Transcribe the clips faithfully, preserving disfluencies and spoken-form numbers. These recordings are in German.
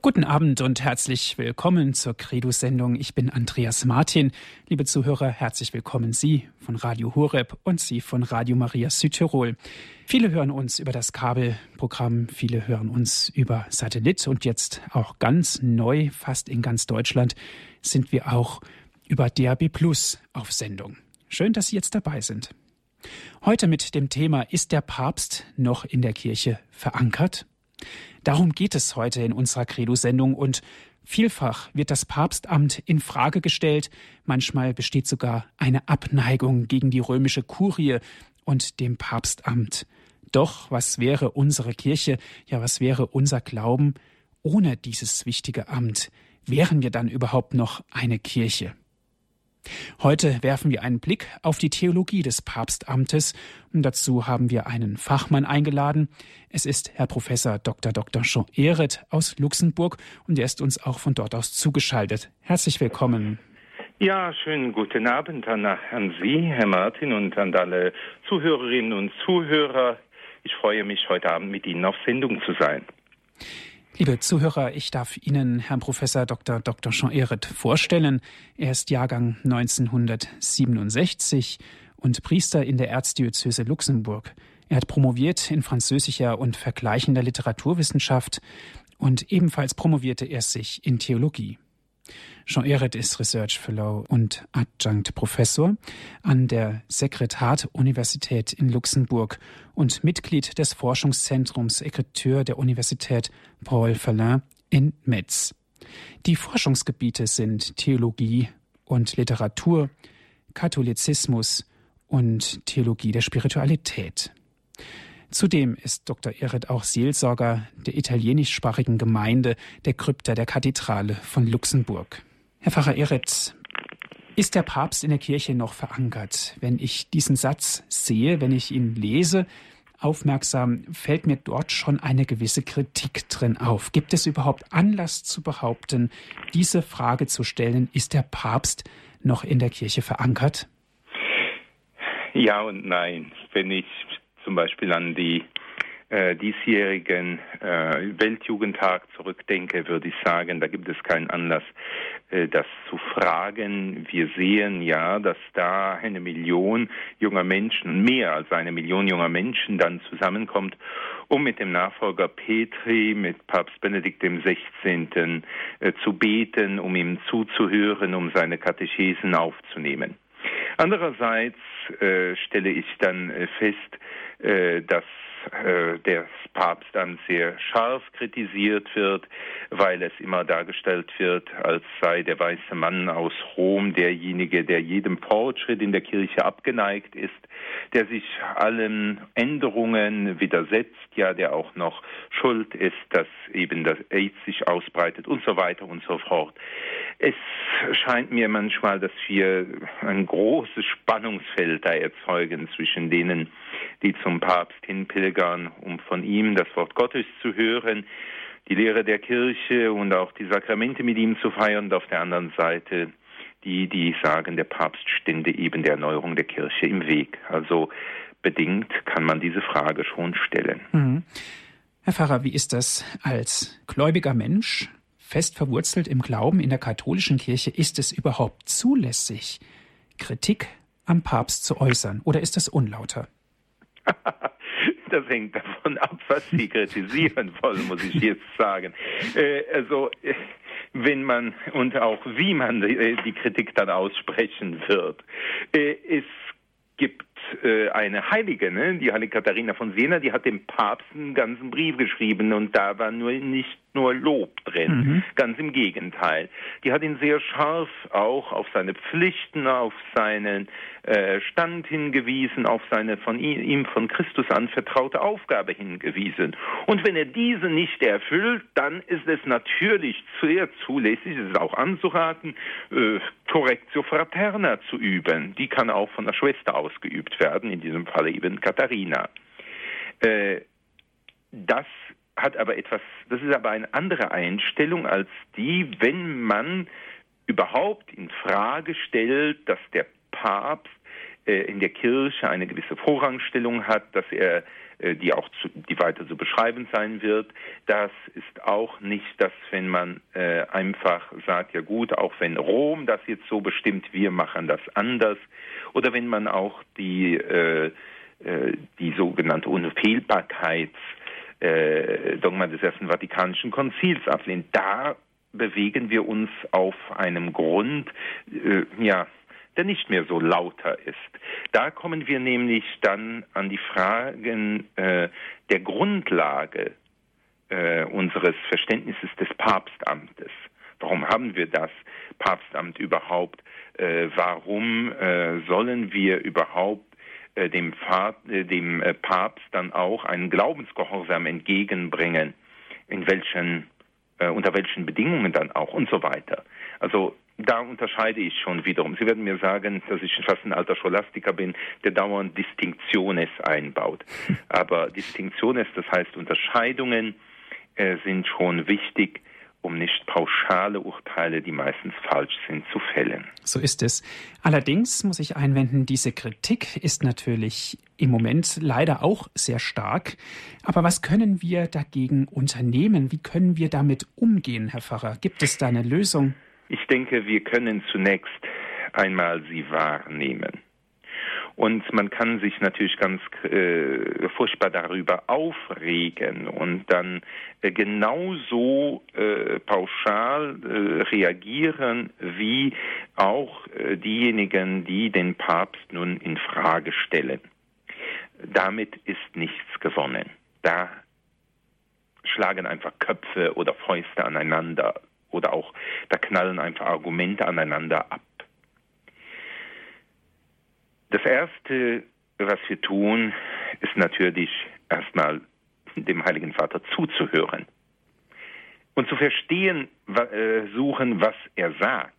Guten Abend und herzlich willkommen zur Credo-Sendung. Ich bin Andreas Martin. Liebe Zuhörer, herzlich willkommen Sie von Radio Horeb und Sie von Radio Maria Südtirol. Viele hören uns über das Kabelprogramm, viele hören uns über Satellit und jetzt auch ganz neu, fast in ganz Deutschland, sind wir auch über D A B Plus auf Sendung. Schön, dass Sie jetzt dabei sind. Heute mit dem Thema: Ist der Papst noch in der Kirche verankert? Darum geht es heute in unserer Credo-Sendung und vielfach wird das Papstamt in Frage gestellt. Manchmal besteht sogar eine Abneigung gegen die römische Kurie und dem Papstamt. Doch was wäre unsere Kirche, ja was wäre unser Glauben ohne dieses wichtige Amt? Wären wir dann überhaupt noch eine Kirche? Heute werfen wir einen Blick auf die Theologie des Papstamtes und dazu haben wir einen Fachmann eingeladen. Es ist Herr Professor Doktor Doktor Jean Ehret aus Luxemburg und er ist uns auch von dort aus zugeschaltet. Herzlich willkommen. Ja, schönen guten Abend an, an Sie, Herr Martin, und an alle Zuhörerinnen und Zuhörer. Ich freue mich, heute Abend mit Ihnen auf Sendung zu sein. Liebe Zuhörer, ich darf Ihnen Herrn Professor Doktor Doktor Jean Ehret vorstellen. Er ist Jahrgang neunzehnhundertsiebenundsechzig und Priester in der Erzdiözese Luxemburg. Er hat promoviert in französischer und vergleichender Literaturwissenschaft und ebenfalls promovierte er sich in Theologie. Jean Ehret ist Research Fellow und Adjunct Professor an der Secretariat-Universität in Luxemburg und Mitglied des Forschungszentrums Écriture der Universität Paul Verlaine in Metz. Die Forschungsgebiete sind Theologie und Literatur, Katholizismus und Theologie der Spiritualität. Zudem ist Doktor Ehret auch Seelsorger der italienischsprachigen Gemeinde der Krypta der Kathedrale von Luxemburg. Herr Pfarrer Ehret, ist der Papst in der Kirche noch verankert? Wenn ich diesen Satz sehe, wenn ich ihn lese, aufmerksam, fällt mir dort schon eine gewisse Kritik drin auf. Gibt es überhaupt Anlass zu behaupten, diese Frage zu stellen: Ist der Papst noch in der Kirche verankert? Ja und nein. Wenn ich zum Beispiel an die äh, diesjährigen äh, Weltjugendtag zurückdenke, würde ich sagen, da gibt es keinen Anlass, äh, das zu fragen. Wir sehen ja, dass da eine Million junger Menschen, mehr als eine Million junger Menschen dann zusammenkommt, um mit dem Nachfolger Petri, mit Papst Benedikt dem Sechzehnten Äh, zu beten, um ihm zuzuhören, um seine Katechesen aufzunehmen. Andererseits äh, stelle ich dann äh, fest, äh, dass äh, der Papstamt sehr scharf kritisiert wird, weil es immer dargestellt wird, als sei der weiße Mann aus Rom derjenige, der jedem Fortschritt in der Kirche abgeneigt ist, der sich allen Änderungen widersetzt, ja, der auch noch schuld ist, dass eben das AIDS sich ausbreitet und so weiter und so fort. Es scheint mir manchmal, dass wir ein großes Spannungsfeld da erzeugen zwischen denen, die zum Papst hinpilgern, um von ihm das Wort Gottes zu hören, die Lehre der Kirche und auch die Sakramente mit ihm zu feiern, und auf der anderen Seite die, die sagen, der Papst stände eben der Erneuerung der Kirche im Weg. Also bedingt kann man diese Frage schon stellen. Mhm. Herr Pfarrer, wie ist das als gläubiger Mensch, fest verwurzelt im Glauben in der katholischen Kirche? Ist es überhaupt zulässig, Kritik am Papst zu äußern, oder ist das unlauter? Das hängt davon ab, was Sie kritisieren wollen, muss ich jetzt sagen. Äh, also, äh, wenn man und auch wie man äh, die Kritik dann aussprechen wird. Äh, es gibt äh, eine Heilige, ne? Die Heilige Katharina von Siena, die hat dem Papst einen ganzen Brief geschrieben und da war nur nicht nur Lob drin, mhm. Ganz im Gegenteil. Die hat ihn sehr scharf auch auf seine Pflichten, auf seinen äh, Stand hingewiesen, auf seine von ihm, ihm von Christus anvertraute Aufgabe hingewiesen. Und wenn er diese nicht erfüllt, dann ist es natürlich sehr zulässig, es ist auch anzuraten, äh, Correctio Fraterna zu üben. Die kann auch von der Schwester ausgeübt werden, in diesem Fall eben Katharina. Äh, das hat aber etwas, das ist aber eine andere Einstellung als die, wenn man überhaupt in Frage stellt, dass der Papst äh, in der Kirche eine gewisse Vorrangstellung hat, dass er die auch zu, die weiter zu beschreiben sein wird. Das ist auch nicht, dass wenn man äh, einfach sagt, ja gut, auch wenn Rom das jetzt so bestimmt, wir machen das anders. Oder wenn man auch die, äh, äh, die sogenannte Unfehlbarkeitsdogma äh, des Ersten Vatikanischen Konzils ablehnt. Da bewegen wir uns auf einem Grund, äh, ja, der nicht mehr so lauter ist. Da kommen wir nämlich dann an die Fragen äh, der Grundlage äh, unseres Verständnisses des Papstamtes. Warum haben wir das Papstamt überhaupt? Äh, warum äh, sollen wir überhaupt äh, dem, Pfad, äh, dem äh, Papst dann auch einen Glaubensgehorsam entgegenbringen? In welchen, äh, unter welchen Bedingungen dann auch und so weiter. Also da unterscheide ich schon wiederum. Sie werden mir sagen, dass ich fast ein alter Scholastiker bin, der dauernd Distinctiones einbaut. Aber Distinctiones, das heißt Unterscheidungen, äh, sind schon wichtig, um nicht pauschale Urteile, die meistens falsch sind, zu fällen. So ist es. Allerdings muss ich einwenden, diese Kritik ist natürlich im Moment leider auch sehr stark. Aber was können wir dagegen unternehmen? Wie können wir damit umgehen, Herr Pfarrer? Gibt es da eine Lösung? Ich denke, wir können zunächst einmal sie wahrnehmen. Und man kann sich natürlich ganz äh, furchtbar darüber aufregen und dann äh, genauso äh, pauschal äh, reagieren wie auch äh, diejenigen, die den Papst nun in Frage stellen. Damit ist nichts gewonnen. Da schlagen einfach Köpfe oder Fäuste aneinander. Oder auch, da knallen einfach Argumente aneinander ab. Das Erste, was wir tun, ist natürlich erstmal dem Heiligen Vater zuzuhören und zu verstehen, äh, suchen, was er sagt.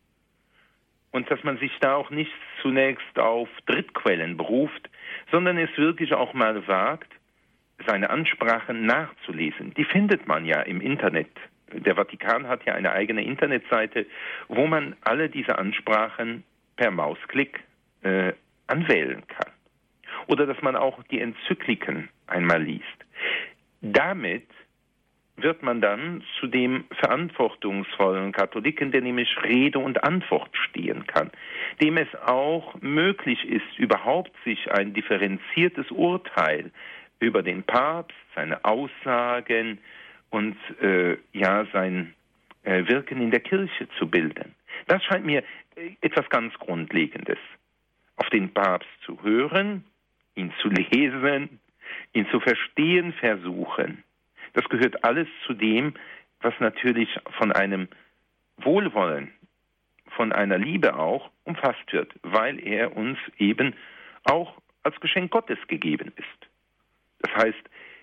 Und dass man sich da auch nicht zunächst auf Drittquellen beruft, sondern es wirklich auch mal wagt, seine Ansprachen nachzulesen. Die findet man ja im Internet. Der Vatikan hat ja eine eigene Internetseite, wo man alle diese Ansprachen per Mausklick äh, anwählen kann. Oder dass man auch die Enzykliken einmal liest. Damit wird man dann zu dem verantwortungsvollen Katholiken, der nämlich Rede und Antwort stehen kann, dem es auch möglich ist, überhaupt sich ein differenziertes Urteil über den Papst, seine Aussagen und äh, ja sein äh, Wirken in der Kirche zu bilden. Das scheint mir äh, etwas ganz Grundlegendes. Auf den Papst zu hören, ihn zu lesen, ihn zu verstehen versuchen. Das gehört alles zu dem, was natürlich von einem Wohlwollen, von einer Liebe auch umfasst wird, weil er uns eben auch als Geschenk Gottes gegeben ist. Das heißt,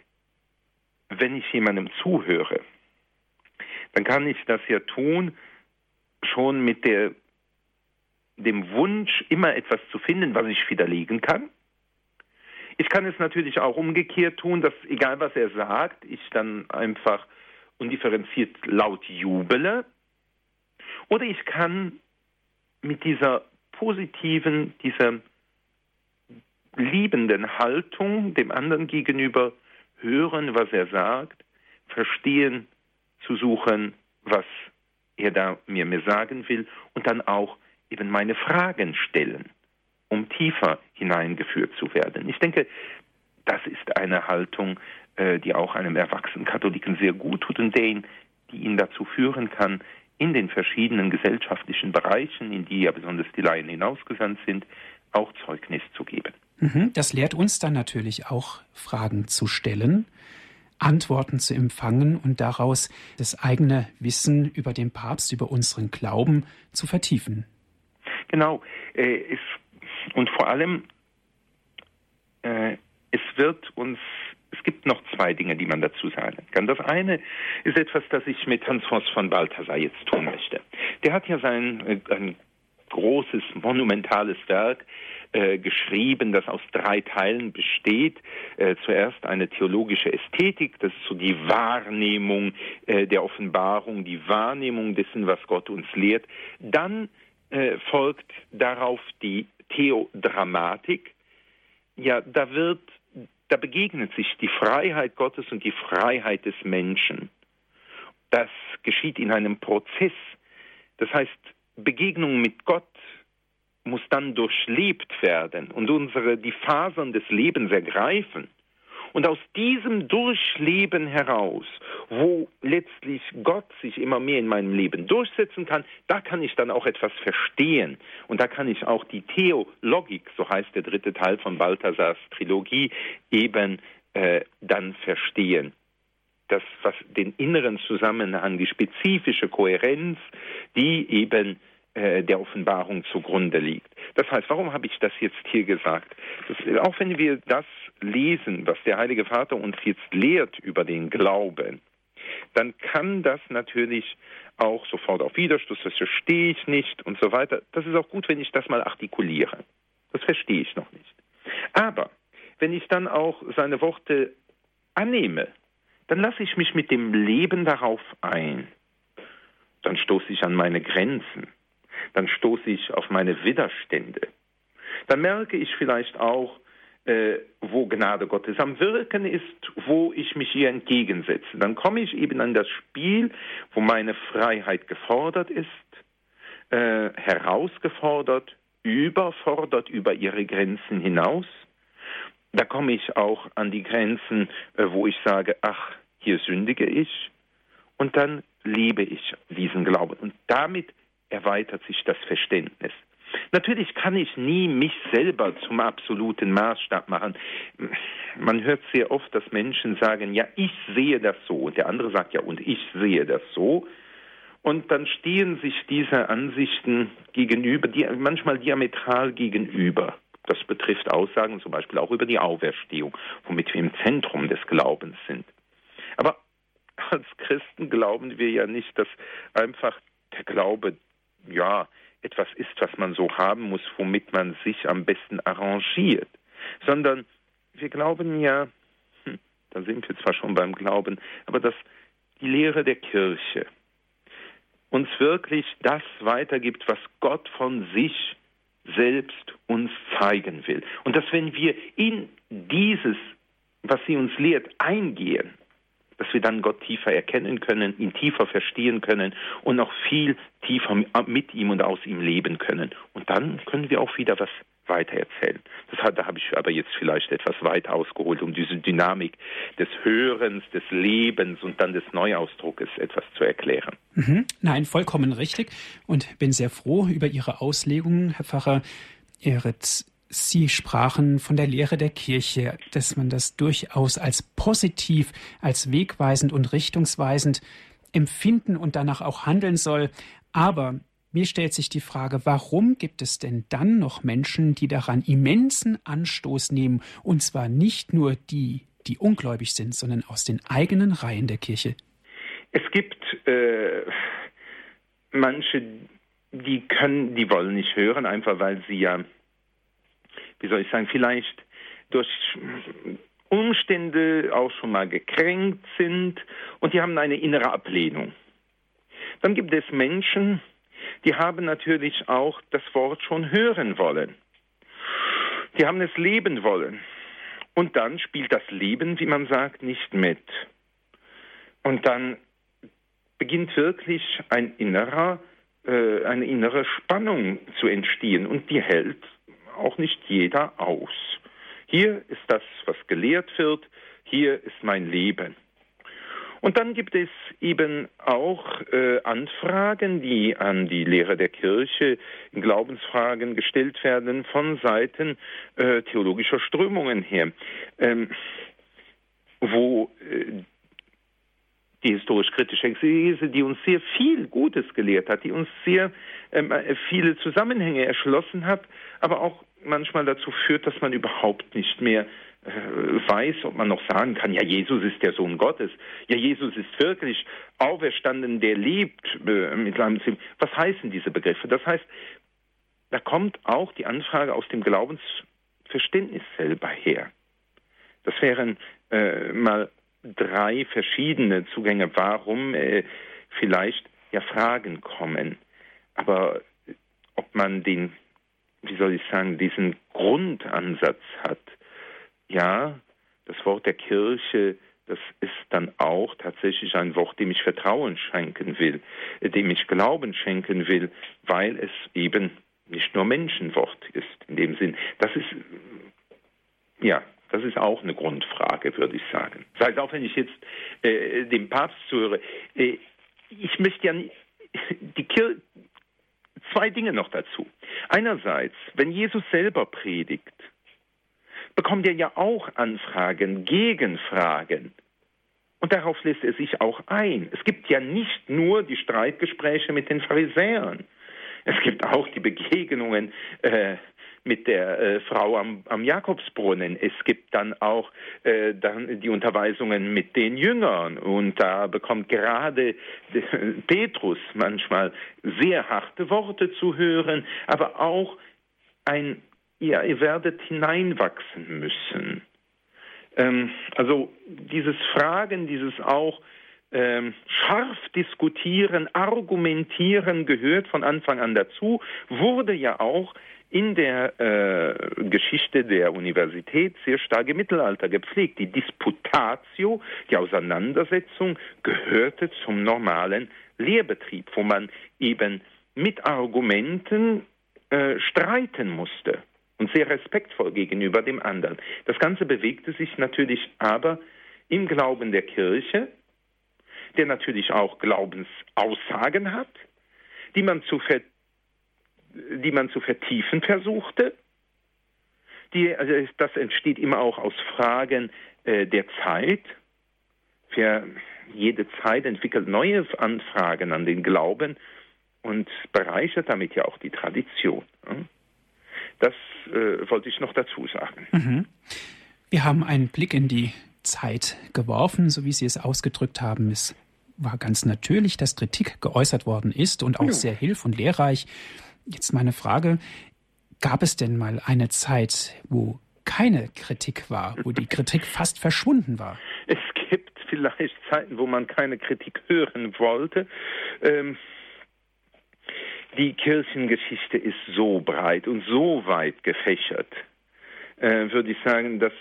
wenn ich jemandem zuhöre, dann kann ich das ja tun, schon mit der, dem Wunsch, immer etwas zu finden, was ich widerlegen kann. Ich kann es natürlich auch umgekehrt tun, dass egal was er sagt, ich dann einfach undifferenziert laut jubele. Oder ich kann mit dieser positiven, dieser liebenden Haltung dem anderen gegenüber hören, was er sagt, verstehen, zu suchen, was er da mir, mir sagen will und dann auch eben meine Fragen stellen, um tiefer hineingeführt zu werden. Ich denke, das ist eine Haltung, äh, die auch einem erwachsenen Katholiken sehr gut tut und den, die ihn dazu führen kann, in den verschiedenen gesellschaftlichen Bereichen, in die ja besonders die Laien hinausgesandt sind, auch Zeugnis zu geben. Das lehrt uns dann natürlich auch, Fragen zu stellen, Antworten zu empfangen und daraus das eigene Wissen über den Papst, über unseren Glauben zu vertiefen. Genau. Äh, es, und vor allem, äh, es wird uns, es gibt noch zwei Dinge, die man dazu sagen kann. Das eine ist etwas, das ich mit Hans-Fons von Balthasar jetzt tun möchte. Der hat ja sein ein großes, monumentales Werk äh, geschrieben, das aus drei Teilen besteht. Äh, zuerst eine theologische Ästhetik, das ist so die Wahrnehmung äh, der Offenbarung, die Wahrnehmung dessen, was Gott uns lehrt. Dann äh, folgt darauf die Theodramatik. Ja, da wird da begegnet sich die Freiheit Gottes und die Freiheit des Menschen. Das geschieht in einem Prozess. Das heißt, Begegnung mit Gott muss dann durchlebt werden und unsere, die Fasern des Lebens ergreifen. Und aus diesem Durchleben heraus, wo letztlich Gott sich immer mehr in meinem Leben durchsetzen kann, da kann ich dann auch etwas verstehen. Und da kann ich auch die Theologik, so heißt der dritte Teil von Balthasars Trilogie, eben äh, dann verstehen. Das, was den inneren Zusammenhang, die spezifische Kohärenz, die eben äh, der Offenbarung zugrunde liegt. Das heißt, warum habe ich das jetzt hier gesagt? Das, auch wenn wir das lesen, was der Heilige Vater uns jetzt lehrt über den Glauben, dann kann das natürlich auch sofort auf Widerstoß, das verstehe ich nicht und so weiter. Das ist auch gut, wenn ich das mal artikuliere. Das verstehe ich noch nicht. Aber wenn ich dann auch seine Worte annehme, dann lasse ich mich mit dem Leben darauf ein. Dann stoße ich an meine Grenzen. Dann stoße ich auf meine Widerstände. Dann merke ich vielleicht auch, äh, wo Gnade Gottes am Wirken ist, wo ich mich ihr entgegensetze. Dann komme ich eben an das Spiel, wo meine Freiheit gefordert ist, äh, herausgefordert, überfordert über ihre Grenzen hinaus. Da komme ich auch an die Grenzen, äh, wo ich sage, ach, hier sündige ich. Und dann lebe ich diesen Glauben. Und damit erweitert sich das Verständnis. Natürlich kann ich nie mich selber zum absoluten Maßstab machen. Man hört sehr oft, dass Menschen sagen, ja, ich sehe das so. Und der andere sagt, ja, und ich sehe das so. Und dann stehen sich diese Ansichten gegenüber, die manchmal diametral gegenüber. Das betrifft Aussagen zum Beispiel auch über die Auferstehung, womit wir im Zentrum des Glaubens sind. Aber als Christen glauben wir ja nicht, dass einfach der Glaube, ja, etwas ist, was man so haben muss, womit man sich am besten arrangiert, sondern wir glauben ja, hm, da sind wir zwar schon beim Glauben, aber dass die Lehre der Kirche uns wirklich das weitergibt, was Gott von sich selbst uns zeigen will. Und dass wenn wir in dieses, was sie uns lehrt, eingehen, dass wir dann Gott tiefer erkennen können, ihn tiefer verstehen können und noch viel tiefer mit ihm und aus ihm leben können. Und dann können wir auch wieder was weitererzählen. Das hat, da habe ich aber jetzt vielleicht etwas weit ausgeholt, um diese Dynamik des Hörens, des Lebens und dann des Neuausdruckes etwas zu erklären. Mhm. Nein, vollkommen richtig. Und bin sehr froh über Ihre Auslegungen, Herr Pfarrer Eritz. Sie sprachen von der Lehre der Kirche, dass man das durchaus als positiv, als wegweisend und richtungsweisend empfinden und danach auch handeln soll. Aber mir stellt sich die Frage, warum gibt es denn dann noch Menschen, die daran immensen Anstoß nehmen, und zwar nicht nur die, die ungläubig sind, sondern aus den eigenen Reihen der Kirche? Es gibt äh, manche, die können, die wollen nicht hören, einfach weil sie ja, wie soll ich sagen, vielleicht durch Umstände auch schon mal gekränkt sind und die haben eine innere Ablehnung. Dann gibt es Menschen, die haben natürlich auch das Wort schon hören wollen. Die haben es leben wollen. Und dann spielt das Leben, wie man sagt, nicht mit. Und dann beginnt wirklich ein innerer, äh, eine innere Spannung zu entstehen und die hält auch nicht jeder aus. Hier ist das, was gelehrt wird, hier ist mein Leben. Und dann gibt es eben auch äh, Anfragen, die an die Lehre der Kirche in Glaubensfragen gestellt werden von Seiten äh, theologischer Strömungen her, ähm, wo äh, die historisch-kritische Exegese, die uns sehr viel Gutes gelehrt hat, die uns sehr ähm, viele Zusammenhänge erschlossen hat, aber auch manchmal dazu führt, dass man überhaupt nicht mehr äh, weiß, ob man noch sagen kann, ja, Jesus ist der Sohn Gottes, ja, Jesus ist wirklich auferstanden, der lebt äh, mit seinem Leben. Was heißen diese Begriffe? Das heißt, da kommt auch die Anfrage aus dem Glaubensverständnis selber her. Das wären äh, mal drei verschiedene Zugänge, warum äh, vielleicht ja Fragen kommen. Aber ob man den, wie soll ich sagen, diesen Grundansatz hat, ja, das Wort der Kirche, das ist dann auch tatsächlich ein Wort, dem ich Vertrauen schenken will, dem ich Glauben schenken will, weil es eben nicht nur Menschenwort ist in dem Sinn. Das ist, ja, das ist auch eine Grundfrage, würde ich sagen. Das heißt, auch wenn ich jetzt äh, dem Papst zuhöre, äh, ich möchte ja die Kirche, zwei Dinge noch dazu. Einerseits, wenn Jesus selber predigt, bekommt er ja auch Anfragen, Gegenfragen. Und darauf lässt er sich auch ein. Es gibt ja nicht nur die Streitgespräche mit den Pharisäern. Es gibt auch die Begegnungen äh, mit der äh, Frau am, am Jakobsbrunnen. Es gibt dann auch äh, dann die Unterweisungen mit den Jüngern. Und da bekommt gerade äh, Petrus manchmal sehr harte Worte zu hören, aber auch ein Ja, ihr werdet hineinwachsen müssen. Ähm, also dieses Fragen, dieses auch ähm, scharf diskutieren, argumentieren gehört von Anfang an dazu, wurde ja auch in der äh, Geschichte der Universität sehr stark im Mittelalter gepflegt. Die Disputatio, die Auseinandersetzung, gehörte zum normalen Lehrbetrieb, wo man eben mit Argumenten äh, streiten musste. Und sehr respektvoll gegenüber dem anderen. Das Ganze bewegte sich natürlich aber im Glauben der Kirche, der natürlich auch Glaubensaussagen hat, die man zu, ver, die man zu vertiefen versuchte. Die, also das entsteht immer auch aus Fragen äh, der Zeit. Für jede Zeit entwickelt neue Anfragen an den Glauben und bereichert damit ja auch die Tradition. Hm? Das äh, wollte ich noch dazu sagen. Mhm. Wir haben einen Blick in die Zeit geworfen, so wie Sie es ausgedrückt haben. Es war ganz natürlich, dass Kritik geäußert worden ist und auch ja. sehr hilf- und lehrreich. Jetzt meine Frage, gab es denn mal eine Zeit, wo keine Kritik war, wo die Kritik fast verschwunden war? Es gibt vielleicht Zeiten, wo man keine Kritik hören wollte. Ähm Die Kirchengeschichte ist so breit und so weit gefächert, äh, würde ich sagen, dass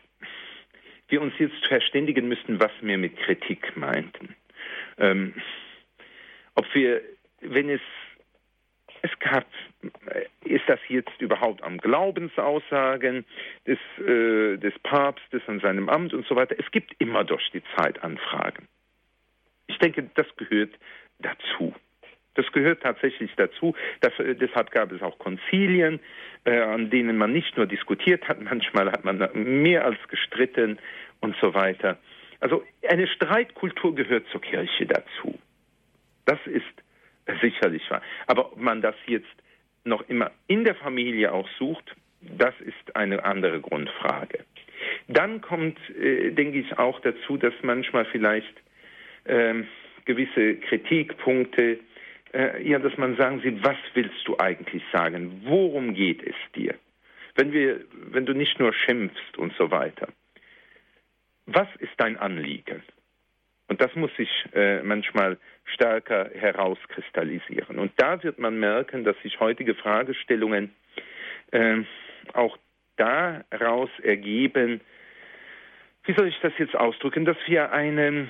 wir uns jetzt verständigen müssten, was wir mit Kritik meinten. Ähm, ob wir, wenn es, es gab, ist das jetzt überhaupt am Glaubensaussagen des, äh, des Papstes an seinem Amt und so weiter. Es gibt immer durch die Zeit Anfragen. Ich denke, das gehört dazu. Das gehört tatsächlich dazu. Das, deshalb gab es auch Konzilien, äh, an denen man nicht nur diskutiert hat, manchmal hat man mehr als gestritten und so weiter. Also eine Streitkultur gehört zur Kirche dazu. Das ist sicherlich wahr. Aber ob man das jetzt noch immer in der Familie auch sucht, das ist eine andere Grundfrage. Dann kommt, äh, denke ich, auch dazu, dass manchmal vielleicht äh, gewisse Kritikpunkte Äh, ja, dass man sagen sieht, was willst du eigentlich sagen? Worum geht es dir? Wenn wir, wenn du nicht nur schimpfst und so weiter. Was ist dein Anliegen? Und das muss sich äh, manchmal stärker herauskristallisieren. Und da wird man merken, dass sich heutige Fragestellungen äh, auch daraus ergeben, wie soll ich das jetzt ausdrücken, dass wir eine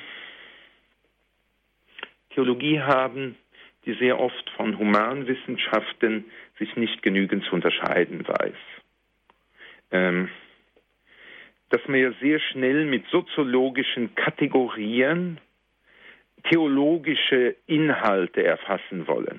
Theologie haben, die sehr oft von Humanwissenschaften sich nicht genügend zu unterscheiden weiß. Ähm, dass wir sehr schnell mit soziologischen Kategorien theologische Inhalte erfassen wollen.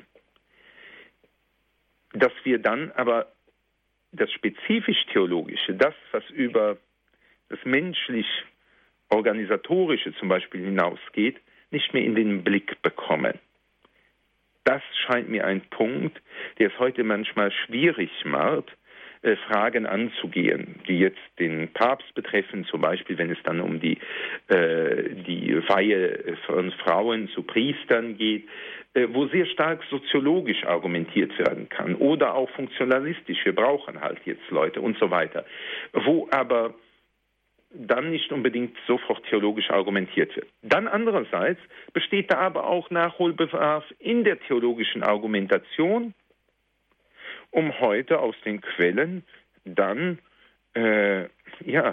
Dass wir dann aber das spezifisch-theologische, das, was über das menschlich-organisatorische zum Beispiel hinausgeht, nicht mehr in den Blick bekommen. Das scheint mir ein Punkt, der es heute manchmal schwierig macht, äh, Fragen anzugehen, die jetzt den Papst betreffen, zum Beispiel wenn es dann um die, äh, die Weihe von Frauen zu Priestern geht, äh, wo sehr stark soziologisch argumentiert werden kann oder auch funktionalistisch, wir brauchen halt jetzt Leute und so weiter, wo aber dann nicht unbedingt sofort theologisch argumentiert wird. Dann andererseits besteht da aber auch Nachholbedarf in der theologischen Argumentation, um heute aus den Quellen dann äh, ja,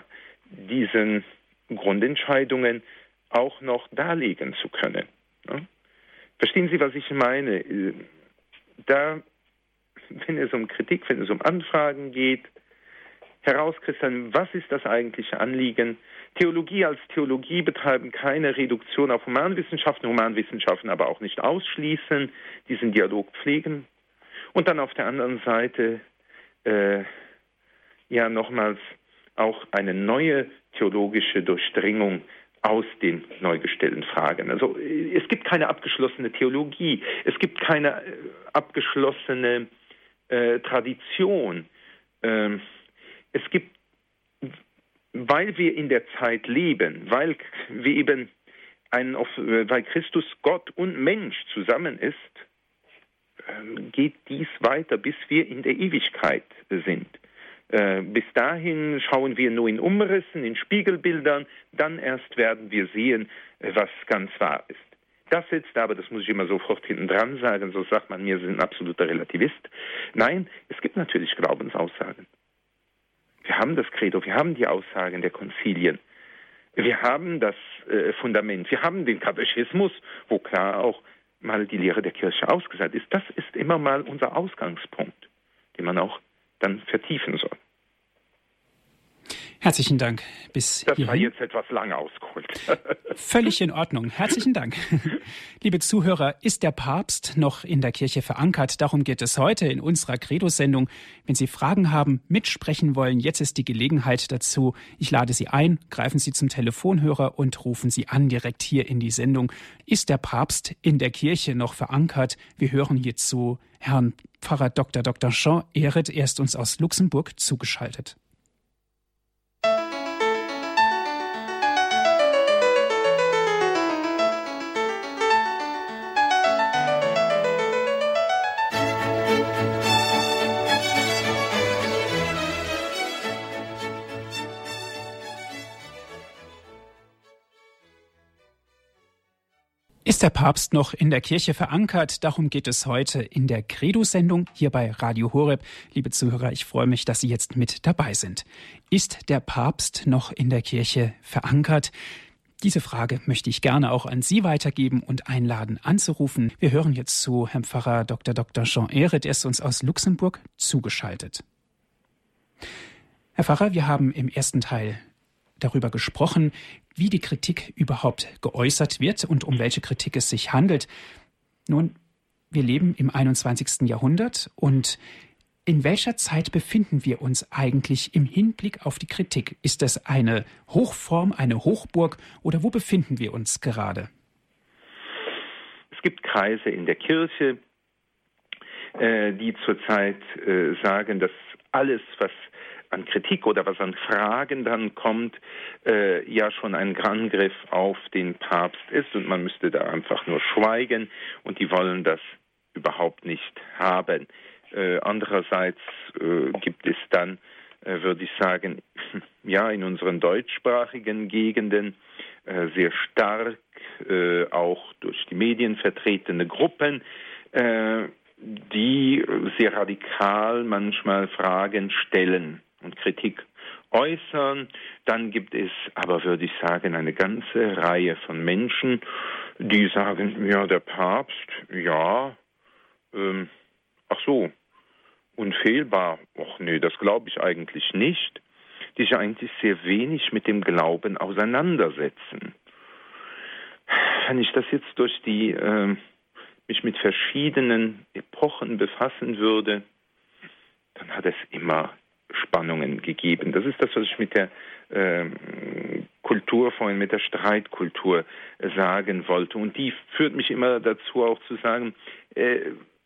diesen Grundentscheidungen auch noch darlegen zu können. Ja? Verstehen Sie, was ich meine? Da, wenn es um Kritik, wenn es um Anfragen geht, herauskristallisieren, was ist das eigentliche Anliegen? Theologie als Theologie betreiben, keine Reduktion auf Humanwissenschaften, Humanwissenschaften aber auch nicht ausschließen, diesen Dialog pflegen. Und dann auf der anderen Seite äh, ja nochmals auch eine neue theologische Durchdringung aus den neu gestellten Fragen. Also es gibt keine abgeschlossene Theologie, es gibt keine äh, abgeschlossene äh, Tradition. Ähm, es gibt, weil wir in der Zeit leben, weil wir eben ein, weil Christus Gott und Mensch zusammen ist, ähm, geht dies weiter, bis wir in der Ewigkeit sind. Äh, bis dahin schauen wir nur in Umrissen, in Spiegelbildern, dann erst werden wir sehen, was ganz wahr ist. Das jetzt aber, das muss ich immer sofort hinten dran sagen, so sagt man mir, Sie sind ein absoluter Relativist. Nein, es gibt natürlich Glaubensaussagen. Wir haben das Credo, wir haben die Aussagen der Konzilien, wir haben das äh, Fundament, wir haben den Katechismus, wo klar auch mal die Lehre der Kirche ausgesagt ist. Das ist immer mal unser Ausgangspunkt, den man auch dann vertiefen soll. Herzlichen Dank. Bis das hierhin. war jetzt etwas lang ausgeholt. Völlig in Ordnung. Herzlichen Dank. Liebe Zuhörer, ist der Papst noch in der Kirche verankert? Darum geht es heute in unserer Credo-Sendung. Wenn Sie Fragen haben, mitsprechen wollen, jetzt ist die Gelegenheit dazu. Ich lade Sie ein, greifen Sie zum Telefonhörer und rufen Sie an direkt hier in die Sendung. Ist der Papst in der Kirche noch verankert? Wir hören hierzu Herrn Pfarrer Doktor Doktor Jean Ehret. Er ist uns aus Luxemburg zugeschaltet. Ist der Papst noch in der Kirche verankert? Darum geht es heute in der Credo-Sendung hier bei Radio Horeb. Liebe Zuhörer, ich freue mich, dass Sie jetzt mit dabei sind. Ist der Papst noch in der Kirche verankert? Diese Frage möchte ich gerne auch an Sie weitergeben und einladen anzurufen. Wir hören jetzt zu Herrn Pfarrer Doktor Doktor Jean Ehret. Er ist uns aus Luxemburg zugeschaltet. Herr Pfarrer, wir haben im ersten Teil darüber gesprochen, wie die Kritik überhaupt geäußert wird und um welche Kritik es sich handelt. Nun, wir leben im einundzwanzigsten Jahrhundert und in welcher Zeit befinden wir uns eigentlich im Hinblick auf die Kritik? Ist das eine Hochform, eine Hochburg oder wo befinden wir uns gerade? Es gibt Kreise in der Kirche, äh, die zurzeit äh, sagen, dass alles, was an Kritik oder was an Fragen dann kommt, äh, ja schon ein Angriff auf den Papst ist und man müsste da einfach nur schweigen und die wollen das überhaupt nicht haben. Äh, andererseits äh, gibt es dann, äh, würde ich sagen, ja in unseren deutschsprachigen Gegenden äh, sehr stark äh, auch durch die Medien vertretene Gruppen, äh, die sehr radikal manchmal Fragen stellen und Kritik äußern. Dann gibt es aber, würde ich sagen, eine ganze Reihe von Menschen, die sagen, ja, der Papst, ja, ähm, ach so, unfehlbar. Ach nee, das glaube ich eigentlich nicht. Die sich eigentlich sehr wenig mit dem Glauben auseinandersetzen. Wenn ich das jetzt durch die, äh, mich mit verschiedenen Epochen befassen würde, dann hat es immer Spannungen gegeben. Das ist das, was ich mit der äh, Kultur vorhin, mit der Streitkultur äh, sagen wollte. Und die führt mich immer dazu, auch zu sagen, äh,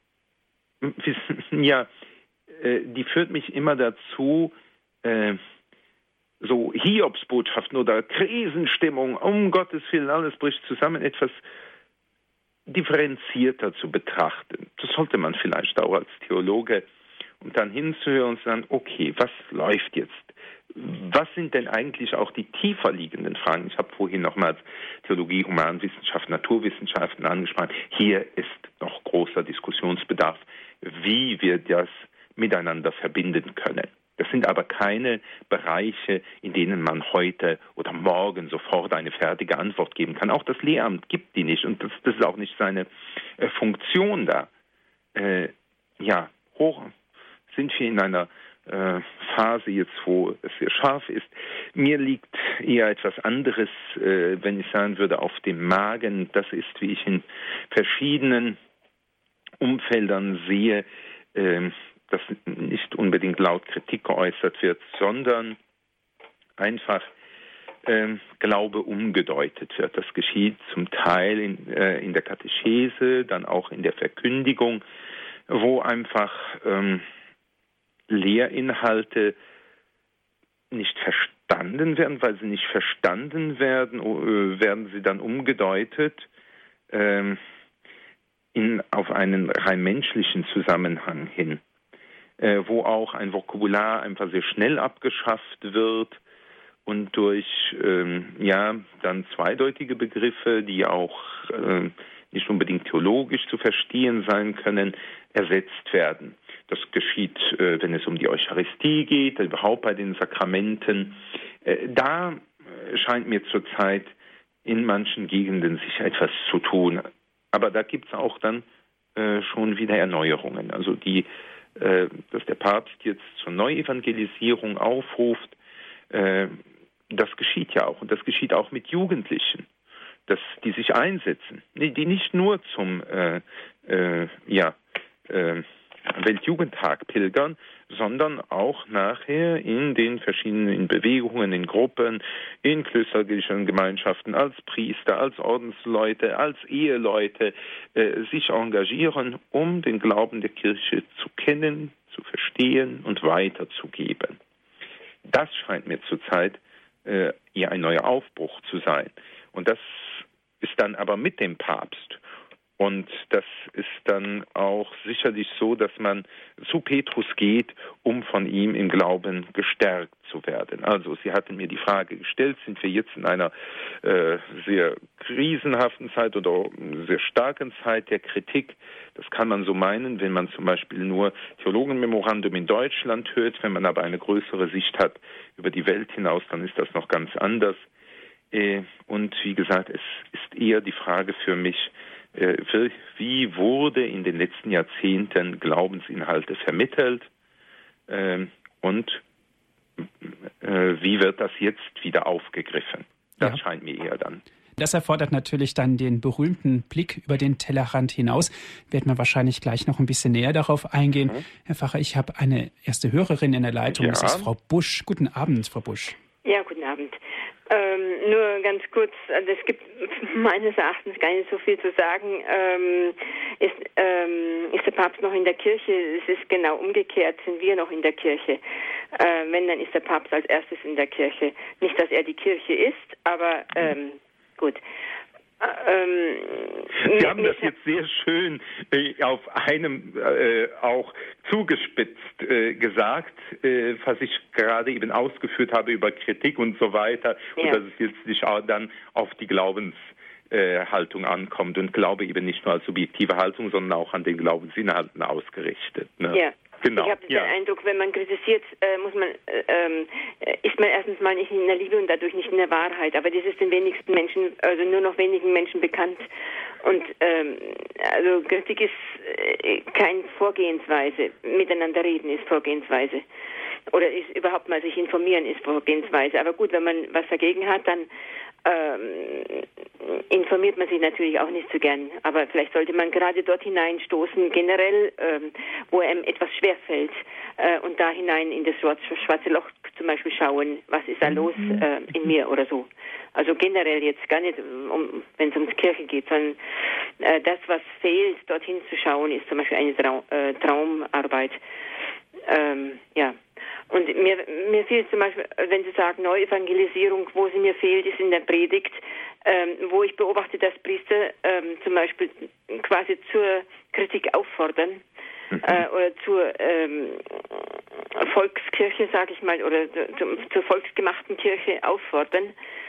ja, äh, die führt mich immer dazu, äh, so Hiobsbotschaften oder Krisenstimmung, um Gottes Willen, alles bricht zusammen, etwas differenzierter zu betrachten. Das sollte man vielleicht auch als Theologe, um dann hinzuhören und zu sagen, okay, was läuft jetzt? Was sind denn eigentlich auch die tiefer liegenden Fragen? Ich habe vorhin nochmals Theologie, Humanwissenschaft, Naturwissenschaften angesprochen. Hier ist noch großer Diskussionsbedarf, wie wir das miteinander verbinden können. Das sind aber keine Bereiche, in denen man heute oder morgen sofort eine fertige Antwort geben kann. Auch das Lehramt gibt die nicht und das, das ist auch nicht seine äh, Funktion da. Äh, ja, hoch sind wir in einer äh, Phase jetzt, wo es sehr scharf ist. Mir liegt eher etwas anderes, äh, wenn ich sagen würde, auf dem Magen. Das ist, wie ich in verschiedenen Umfeldern sehe, äh, dass nicht unbedingt laut Kritik geäußert wird, sondern einfach äh, Glaube umgedeutet wird. Das geschieht zum Teil in, äh, in der Katechese, dann auch in der Verkündigung, wo einfach ähm, Lehrinhalte nicht verstanden werden, weil sie nicht verstanden werden, äh, werden sie dann umgedeutet äh, in, auf einen rein menschlichen Zusammenhang hin, äh, wo auch ein Vokabular einfach sehr schnell abgeschafft wird und durch ähm, ja dann zweideutige Begriffe, die auch äh, nicht unbedingt theologisch zu verstehen sein können, ersetzt werden. Das geschieht, äh, wenn es um die Eucharistie geht, überhaupt bei den Sakramenten. Äh, da äh, scheint mir zurzeit in manchen Gegenden sich etwas zu tun. Aber da gibt es auch dann äh, schon wieder Erneuerungen. Also die, äh, dass der Papst jetzt zur Neuevangelisierung aufruft, äh, das geschieht ja auch. Und das geschieht auch mit Jugendlichen, dass die sich einsetzen, die nicht nur zum äh, äh, ja, äh, Weltjugendtag pilgern, sondern auch nachher in den verschiedenen Bewegungen, in Gruppen, in klösterlichen Gemeinschaften, als Priester, als Ordensleute, als Eheleute äh, sich engagieren, um den Glauben der Kirche zu kennen, zu verstehen und weiterzugeben. Das scheint mir zurzeit äh, eher ein neuer Aufbruch zu sein. Und das ist dann aber mit dem Papst. Und das ist dann auch sicherlich so, dass man zu Petrus geht, um von ihm im Glauben gestärkt zu werden. Also Sie hatten mir die Frage gestellt, sind wir jetzt in einer äh, sehr krisenhaften Zeit oder sehr starken Zeit der Kritik? Das kann man so meinen, wenn man zum Beispiel nur Theologenmemorandum in Deutschland hört. Wenn man aber eine größere Sicht hat über die Welt hinaus, dann ist das noch ganz anders. Äh, und wie gesagt, es ist eher die Frage für mich, wie wurde in den letzten Jahrzehnten Glaubensinhalte vermittelt äh, und äh, wie wird das jetzt wieder aufgegriffen? Das ja. scheint mir eher dann. Das erfordert natürlich dann den berühmten Blick über den Tellerrand hinaus. Werden wir wahrscheinlich gleich noch ein bisschen näher darauf eingehen. Mhm. Herr Pfarrer, ich habe eine erste Hörerin in der Leitung. Ja. Das ist Frau Busch. Guten Abend, Frau Busch. Ja, guten Abend. Ähm, nur ganz kurz, also es gibt meines Erachtens gar nicht so viel zu sagen. Ähm, ist, ähm, ist der Papst noch in der Kirche? Es ist genau umgekehrt, sind wir noch in der Kirche. Äh, wenn, dann ist der Papst als erstes in der Kirche. Nicht, dass er die Kirche ist, aber ähm, gut. Ähm, Sie haben das jetzt sehr schön äh, auf einem äh, auch zugespitzt äh, gesagt, äh, was ich gerade eben ausgeführt habe über Kritik und so weiter, ja. Und dass es jetzt nicht auch dann auf die Glaubenshaltung äh, ankommt und Glaube eben nicht nur als subjektive Haltung, sondern auch an den Glaubensinhalten ausgerichtet. Ne? Ja. Genau. Ich habe ja. den Eindruck, wenn man kritisiert, äh, muss man, äh, äh, ist man erstens mal nicht in der Liebe und dadurch nicht in der Wahrheit. Aber das ist den wenigsten Menschen, also nur noch wenigen Menschen bekannt. Und ähm, also Kritik ist äh, keine Vorgehensweise. Miteinander reden ist Vorgehensweise. Oder ist überhaupt mal sich informieren ist Vorgehensweise. Aber gut, wenn man was dagegen hat, dann ähm, informiert man sich natürlich auch nicht so gern. Aber vielleicht sollte man gerade dort hineinstoßen, generell, ähm, wo einem etwas schwerfällt, äh, und da hinein in das schwarze Loch zum Beispiel schauen, was ist da los äh, in mir oder so. Also generell jetzt gar nicht, um, wenn es ums Kirche geht, sondern äh, das, was fehlt, dorthin zu schauen, ist zum Beispiel eine Trau- äh, Traumarbeit. Ähm, ja. Und mir, mir fehlt zum Beispiel, wenn Sie sagen Neuevangelisierung, wo sie mir fehlt, ist in der Predigt, ähm, wo ich beobachte, dass Priester ähm, zum Beispiel quasi zur Kritik auffordern äh, oder zur ähm, Volkskirche, sage ich mal, oder zu, zur volksgemachten Kirche auffordern.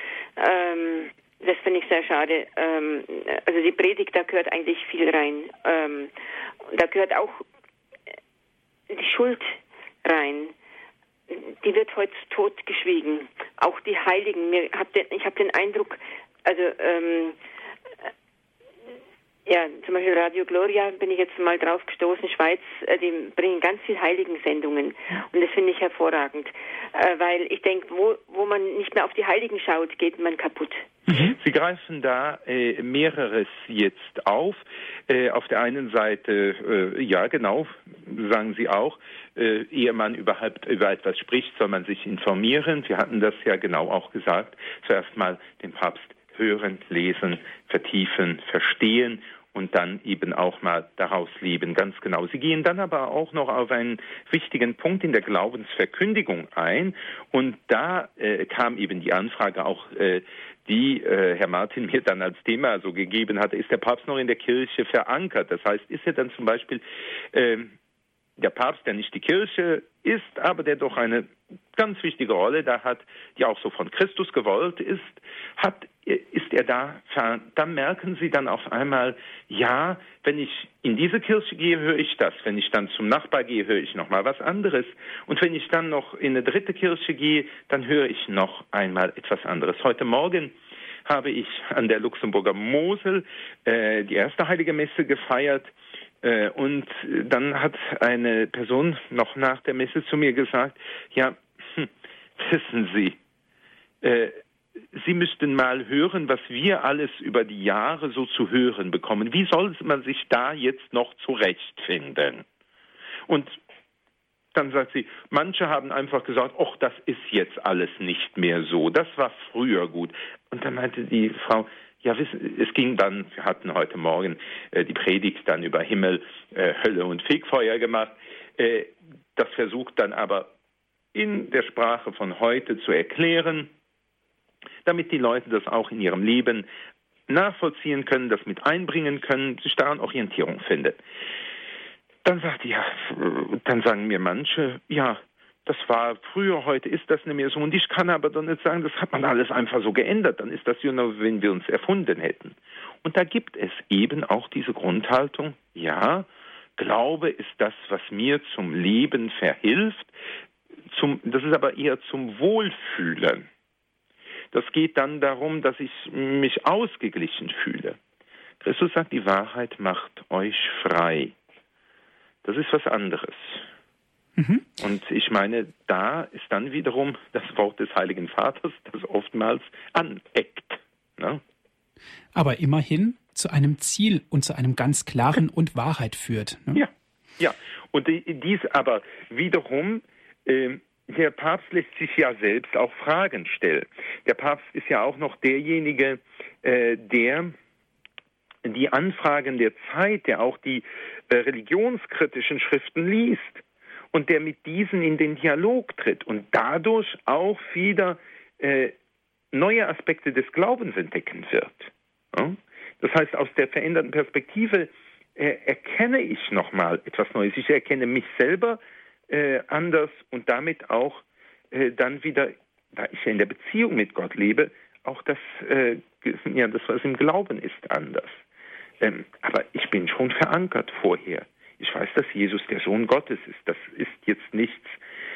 Ähm, das finde ich sehr schade. Ähm, also die Predigt, da gehört eigentlich viel rein. Ähm, da gehört auch die Schuld rein. die wird heute totgeschwiegen. Auch die Heiligen. Mir hab den, ich habe den Eindruck, also ähm, ja, zum Beispiel Radio Gloria bin ich jetzt mal drauf gestoßen, Schweiz, äh, die bringen ganz viel Heiligen-Sendungen und das finde ich hervorragend, äh, weil ich denke, wo, wo man nicht mehr auf die Heiligen schaut, geht man kaputt. Sie greifen da äh, mehreres jetzt auf. Äh, auf der einen Seite, äh, ja genau, sagen Sie auch, äh, ehe man überhaupt über etwas spricht, soll man sich informieren. Sie hatten das ja genau auch gesagt. Zuerst mal den Papst hören, lesen, vertiefen, verstehen und dann eben auch mal daraus leben, ganz genau. Sie gehen dann aber auch noch auf einen wichtigen Punkt in der Glaubensverkündigung ein und da äh, kam eben die Anfrage auch, äh, die äh, Herr Martin mir dann als Thema so gegeben hatte, ist der Papst noch in der Kirche verankert? Das heißt, ist er dann zum Beispiel äh, der Papst, der nicht die Kirche ist, aber der doch eine ganz wichtige Rolle da hat, die auch so von Christus gewollt ist, hat, ist er da, da merken Sie dann auf einmal, ja, wenn ich in diese Kirche gehe, höre ich das. Wenn ich dann zum Nachbar gehe, höre ich noch mal was anderes. Und wenn ich dann noch in eine dritte Kirche gehe, dann höre ich noch einmal etwas anderes. Heute Morgen habe ich an der Luxemburger Mosel äh, die erste Heilige Messe gefeiert. Und dann hat eine Person noch nach der Messe zu mir gesagt, ja, hm, wissen Sie, äh, Sie müssten mal hören, was wir alles über die Jahre so zu hören bekommen. Wie soll man sich da jetzt noch zurechtfinden? Und dann sagt sie, manche haben einfach gesagt, ach, das ist jetzt alles nicht mehr so. Das war früher gut. Und dann meinte die Frau, ja, wissen, es ging dann, wir hatten heute Morgen äh, die Predigt dann über Himmel, äh, Hölle und Fegfeuer gemacht. Äh, das versucht dann aber in der Sprache von heute zu erklären, damit die Leute das auch in ihrem Leben nachvollziehen können, das mit einbringen können, sich daran Orientierung finden. Dann sagt die, ja, dann sagen mir manche, ja, das war früher, heute ist das nicht mehr so. Und ich kann aber doch nicht sagen, das hat man alles einfach so geändert. Dann ist das ja nur, wenn wir uns erfunden hätten. Und da gibt es eben auch diese Grundhaltung, ja, Glaube ist das, was mir zum Leben verhilft. Zum, das ist aber eher zum Wohlfühlen. Das geht dann darum, dass ich mich ausgeglichen fühle. Christus sagt, die Wahrheit macht euch frei. Das ist was anderes. Mhm. Und ich meine, da ist dann wiederum das Wort des Heiligen Vaters, das oftmals aneckt. Ne? Aber immerhin zu einem Ziel und zu einem ganz klaren und Wahrheit führt. Ne? Ja, ja. Und dies aber wiederum, äh, der Papst lässt sich ja selbst auch Fragen stellen. Der Papst ist ja auch noch derjenige, äh, der die Anfragen der Zeit, der auch die äh, religionskritischen Schriften liest. Und der mit diesen in den Dialog tritt und dadurch auch wieder äh, neue Aspekte des Glaubens entdecken wird. Ja? Das heißt, aus der veränderten Perspektive äh, erkenne ich nochmal etwas Neues. Ich erkenne mich selber äh, anders und damit auch äh, dann wieder, da ich ja in der Beziehung mit Gott lebe, auch das, äh, ja, das was im Glauben ist, anders. Ähm, aber ich bin schon verankert vorher. Ich weiß, dass Jesus der Sohn Gottes ist. Das ist jetzt nichts,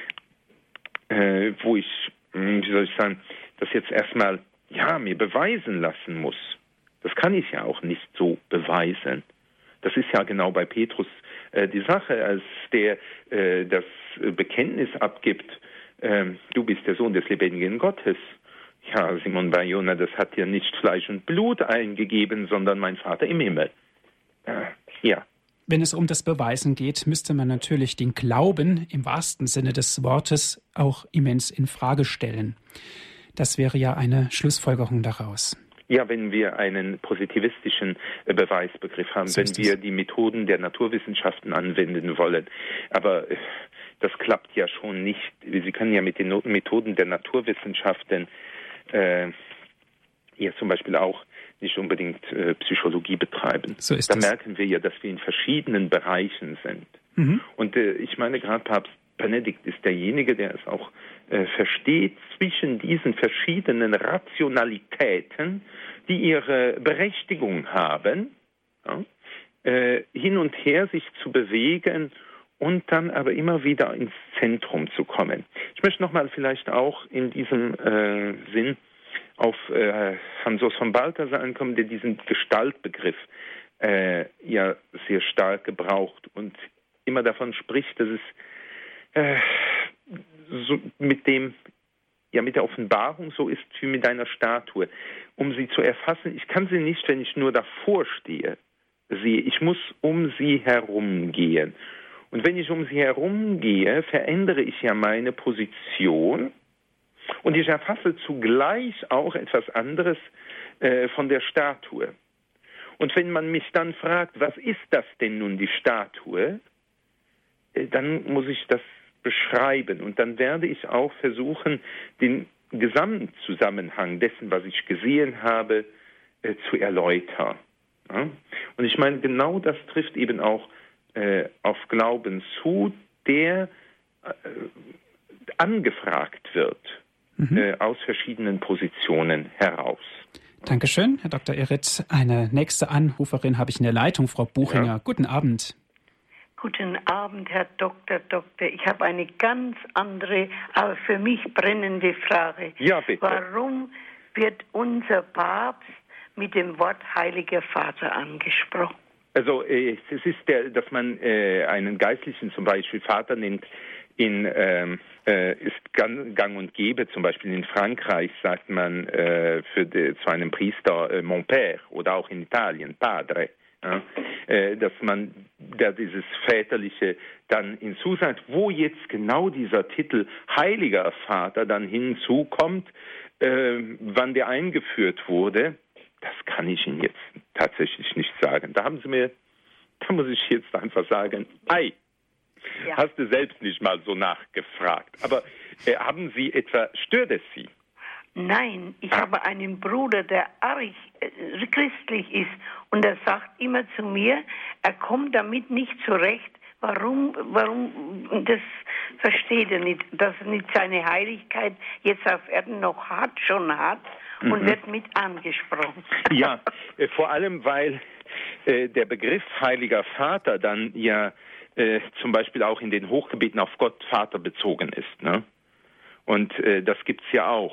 äh, wo ich, wie soll ich sagen, das jetzt erstmal, ja, mir beweisen lassen muss. Das kann ich ja auch nicht so beweisen. Das ist ja genau bei Petrus äh, die Sache, als der äh, das Bekenntnis abgibt, äh, du bist der Sohn des lebendigen Gottes. Ja, Simon Bar-Jona, das hat ja nicht Fleisch und Blut eingegeben, sondern mein Vater im Himmel. Äh, ja. Wenn es um das Beweisen geht, müsste man natürlich den Glauben im wahrsten Sinne des Wortes auch immens in Frage stellen. Das wäre ja eine Schlussfolgerung daraus. Ja, wenn wir einen positivistischen äh, Beweisbegriff haben, so wenn wir die Methoden der Naturwissenschaften anwenden wollen. Aber äh, das klappt ja schon nicht. Sie können ja mit den Methoden der Naturwissenschaften äh, ja zum Beispiel auch nicht unbedingt äh, Psychologie betreiben. So ist da das. merken wir ja, dass wir in verschiedenen Bereichen sind. Mhm. Und äh, ich meine, gerade Papst Benedikt ist derjenige, der es auch äh, versteht, zwischen diesen verschiedenen Rationalitäten, die ihre Berechtigung haben, ja, äh, hin und her sich zu bewegen und dann aber immer wieder ins Zentrum zu kommen. Ich möchte nochmal vielleicht auch in diesem äh, Sinn auf äh, Hans-Urs von Balthasar ankommen, der diesen Gestaltbegriff äh, ja sehr stark gebraucht und immer davon spricht, dass es äh, so mit dem ja mit der Offenbarung so ist wie mit einer Statue. Um sie zu erfassen, ich kann sie nicht, wenn ich nur davor stehe, sehe. Ich muss um sie herumgehen. Und wenn ich um sie herumgehe, verändere ich ja meine Position und ich erfasse zugleich auch etwas anderes äh, von der Statue. Und wenn man mich dann fragt, was ist das denn nun, die Statue, äh, dann muss ich das beschreiben und dann werde ich auch versuchen, den Gesamtzusammenhang dessen, was ich gesehen habe, äh, zu erläutern. Ja? Und ich meine, genau das trifft eben auch äh, auf Glauben zu, der äh, angefragt wird mhm. äh, aus verschiedenen Positionen heraus. Dankeschön, Herr Doktor Ehret. Eine nächste Anruferin habe ich in der Leitung, Frau Buchinger. Ja. Guten Abend. Guten Abend, Herr Doktor Doktor. Ich habe eine ganz andere, aber für mich brennende Frage. Ja, bitte. Warum wird unser Papst mit dem Wort Heiliger Vater angesprochen? Also äh, es ist, der, dass man äh, einen Geistlichen zum Beispiel Vater nennt, in, ähm, äh, ist gang, gang und gäbe. Zum Beispiel in Frankreich sagt man äh, für die, zu einem Priester äh, Mon Père oder auch in Italien Padre. Ja, äh, dass man da dieses Väterliche dann hinzusagt, wo jetzt genau dieser Titel Heiliger Vater dann hinzukommt, äh, wann der eingeführt wurde, das kann ich Ihnen jetzt tatsächlich nicht sagen. Da haben Sie mir, da muss ich jetzt einfach sagen, ei, ja. Hast du selbst nicht mal so nachgefragt. Aber äh, haben Sie etwa, stört es Sie? Nein, ich ah. habe einen Bruder, der arg äh, christlich ist und er sagt immer zu mir, er kommt damit nicht zurecht. Warum, warum, das versteht er nicht, dass er nicht seine Heiligkeit jetzt auf Erden noch hat, schon hat und mhm. wird mit angesprochen. Ja, äh, vor allem, weil äh, der Begriff Heiliger Vater dann ja äh, zum Beispiel auch in den Hochgebeten auf Gott Vater bezogen ist. Ne? Und äh, das gibt's ja auch.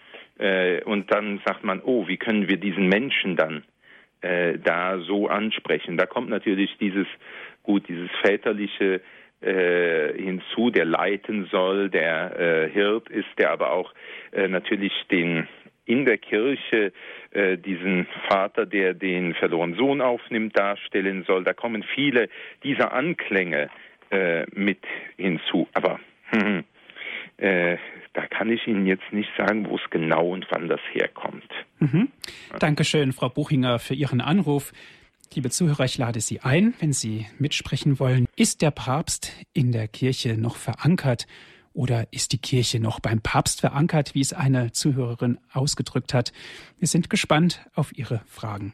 Äh, und dann sagt man, oh, wie können wir diesen Menschen dann äh, da so ansprechen? Da kommt natürlich dieses, gut, dieses väterliche äh, hinzu, der leiten soll, der äh, Hirt ist, der aber auch äh, natürlich den in der Kirche äh, diesen Vater, der den verlorenen Sohn aufnimmt, darstellen soll. Da kommen viele dieser Anklänge äh, mit hinzu. Aber hm, äh, da kann ich Ihnen jetzt nicht sagen, wo es genau und wann das herkommt. Mhm. Dankeschön, Frau Buchinger, für Ihren Anruf. Liebe Zuhörer, ich lade Sie ein, wenn Sie mitsprechen wollen. Ist der Papst in der Kirche noch verankert? Oder ist die Kirche noch beim Papst verankert, wie es eine Zuhörerin ausgedrückt hat? Wir sind gespannt auf Ihre Fragen.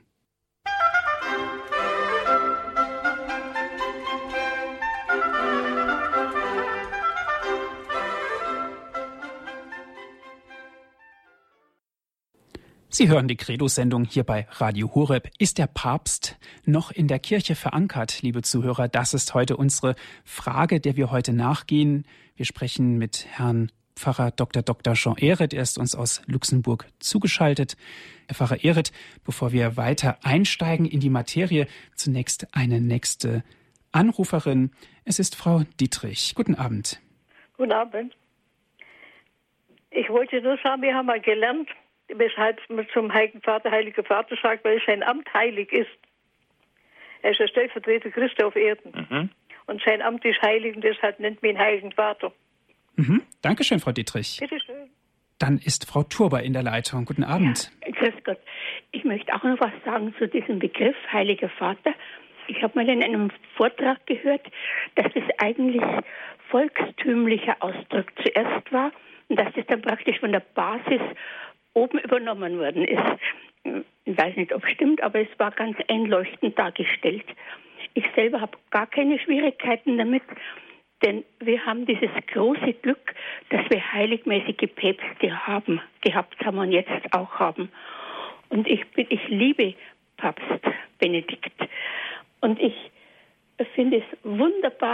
Sie hören die Credo-Sendung hier bei Radio Horeb. Ist der Papst noch in der Kirche verankert, liebe Zuhörer? Das ist heute unsere Frage, der wir heute nachgehen. Wir sprechen mit Herrn Pfarrer Doktor Doktor Jean Ehret. Er ist uns aus Luxemburg zugeschaltet. Herr Pfarrer Ehret, bevor wir weiter einsteigen in die Materie, zunächst eine nächste Anruferin. Es ist Frau Dietrich. Guten Abend. Guten Abend. Ich wollte nur sagen, wir haben mal gelernt, weshalb man zum Heiligen Vater, Heiliger Vater sagt, weil sein Amt heilig ist. Er ist der Stellvertreter Christi auf Erden. Mhm. Und sein Amt ist heilig und deshalb nennt man ihn Heiligen Vater. Mhm. Dankeschön, Frau Dietrich. Bitte schön. Dann ist Frau Turber in der Leitung. Guten Abend. Ja, grüß Gott. Ich möchte auch noch was sagen zu diesem Begriff Heiliger Vater. Ich habe mal in einem Vortrag gehört, dass es eigentlich volkstümlicher Ausdruck zuerst war und dass es dann praktisch von der Basis oben übernommen worden ist. Ich weiß nicht, ob es stimmt, aber es war ganz einleuchtend dargestellt. Ich selber habe gar keine Schwierigkeiten damit, denn wir haben dieses große Glück, dass wir heiligmäßige Päpste haben, gehabt haben und jetzt auch haben. Und ich, bin, ich liebe Papst Benedikt. Und ich finde es wunderbar,